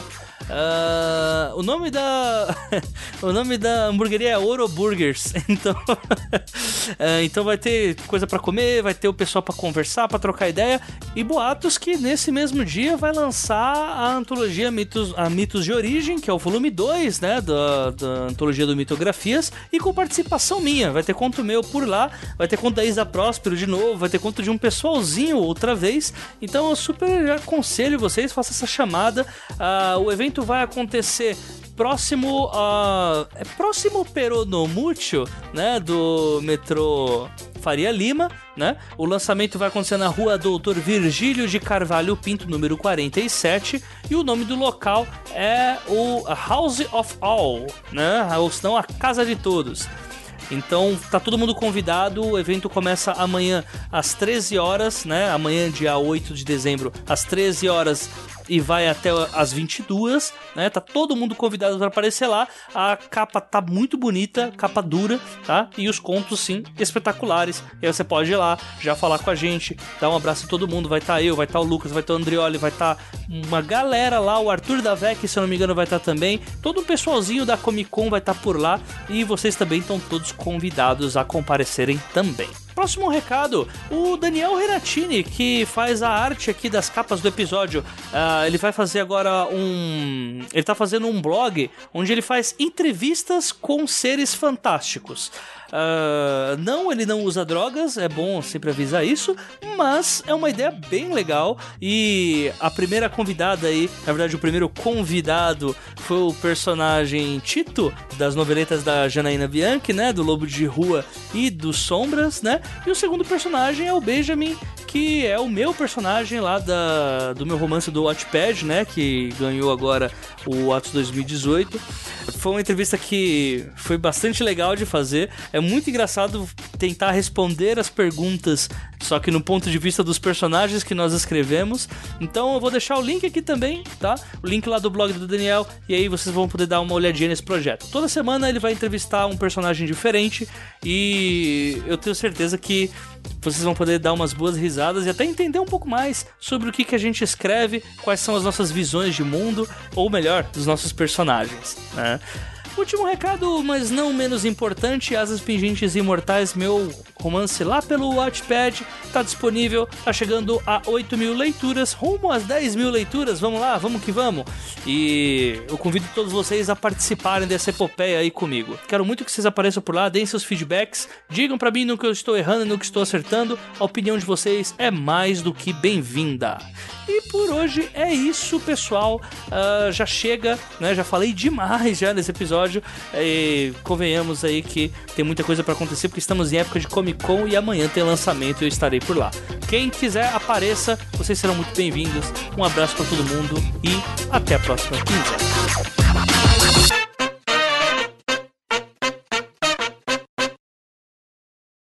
O nome da hamburgueria é Ouro Burgers. Então vai ter coisa pra comer, vai ter o pessoal pra conversar, pra trocar ideia, e boatos que nesse mesmo dia vai lançar a antologia Mitos de Origem, que é o volume 2, né, da antologia do Mitografias, e com participação minha. Vai ter conto meu por lá, vai ter conto da Isa Próspero de novo, vai ter conto de um pessoalzinho outra vez. Então eu super aconselho vocês, façam essa chamada. O evento vai acontecer próximo Peronomútil, né, do metrô Faria Lima, né? O lançamento vai acontecer na rua Doutor Virgílio de Carvalho Pinto, número 47, e o nome do local é o House of All, né? Ou senão a Casa de Todos. Então tá todo mundo convidado. O evento começa amanhã às 13 horas, né? Amanhã, dia 8 de dezembro, às 13 horas, e vai até as 22, né? Tá todo mundo convidado para aparecer lá. A capa tá muito bonita, capa dura, tá? E os contos, sim, espetaculares. E aí você pode ir lá, já falar com a gente, dar um abraço em todo mundo. Vai estar eu, vai estar o Lucas, vai estar o Andrioli, vai estar uma galera lá, o Arthur da VEC, se eu não me engano, vai estar também. Todo o pessoalzinho da Comic Con vai estar por lá e vocês também estão todos convidados a comparecerem também. Próximo recado, o Daniel Renatini, que faz a arte aqui das capas do episódio, ele vai fazer agora ele tá fazendo um blog onde ele faz entrevistas com seres fantásticos. Ele não usa drogas, é bom sempre avisar isso, mas é uma ideia bem legal. E a primeira convidada aí, na verdade o primeiro convidado foi o personagem Tito, das noveletas da Janaína Bianchi, né, do Lobo de Rua e dos Sombras, né, e o segundo personagem é o Benjamin, que é o meu personagem lá do meu romance do Wattpad, né, que ganhou agora o Atos 2018. Foi uma entrevista que foi bastante legal de fazer. É muito engraçado tentar responder as perguntas, só que no ponto de vista dos personagens que nós escrevemos. Então eu vou deixar o link aqui também, tá? O link lá do blog do Daniel, e aí vocês vão poder dar uma olhadinha nesse projeto. Toda semana ele vai entrevistar um personagem diferente e eu tenho certeza que vocês vão poder dar umas boas risadas e até entender um pouco mais sobre o que a gente escreve, quais são as nossas visões de mundo, ou melhor, dos nossos personagens, né? Último recado, mas não menos importante, Asas Pingentes Imortais, meu romance lá pelo Wattpad, tá disponível, tá chegando a 8.000 leituras, rumo às 10.000 leituras, vamos lá, vamos que vamos. E eu convido todos vocês a participarem dessa epopeia aí comigo. Quero muito que vocês apareçam por lá, deem seus feedbacks, digam pra mim no que eu estou errando e no que estou acertando, a opinião de vocês é mais do que bem-vinda. E por hoje é isso, pessoal. Já chega, né? Já falei demais já nesse episódio. E convenhamos aí que tem muita coisa pra acontecer, porque estamos em época de Comic Con e amanhã tem lançamento e eu estarei por lá. Quem quiser, apareça. Vocês serão muito bem-vindos. Um abraço pra todo mundo e até a próxima quinzena.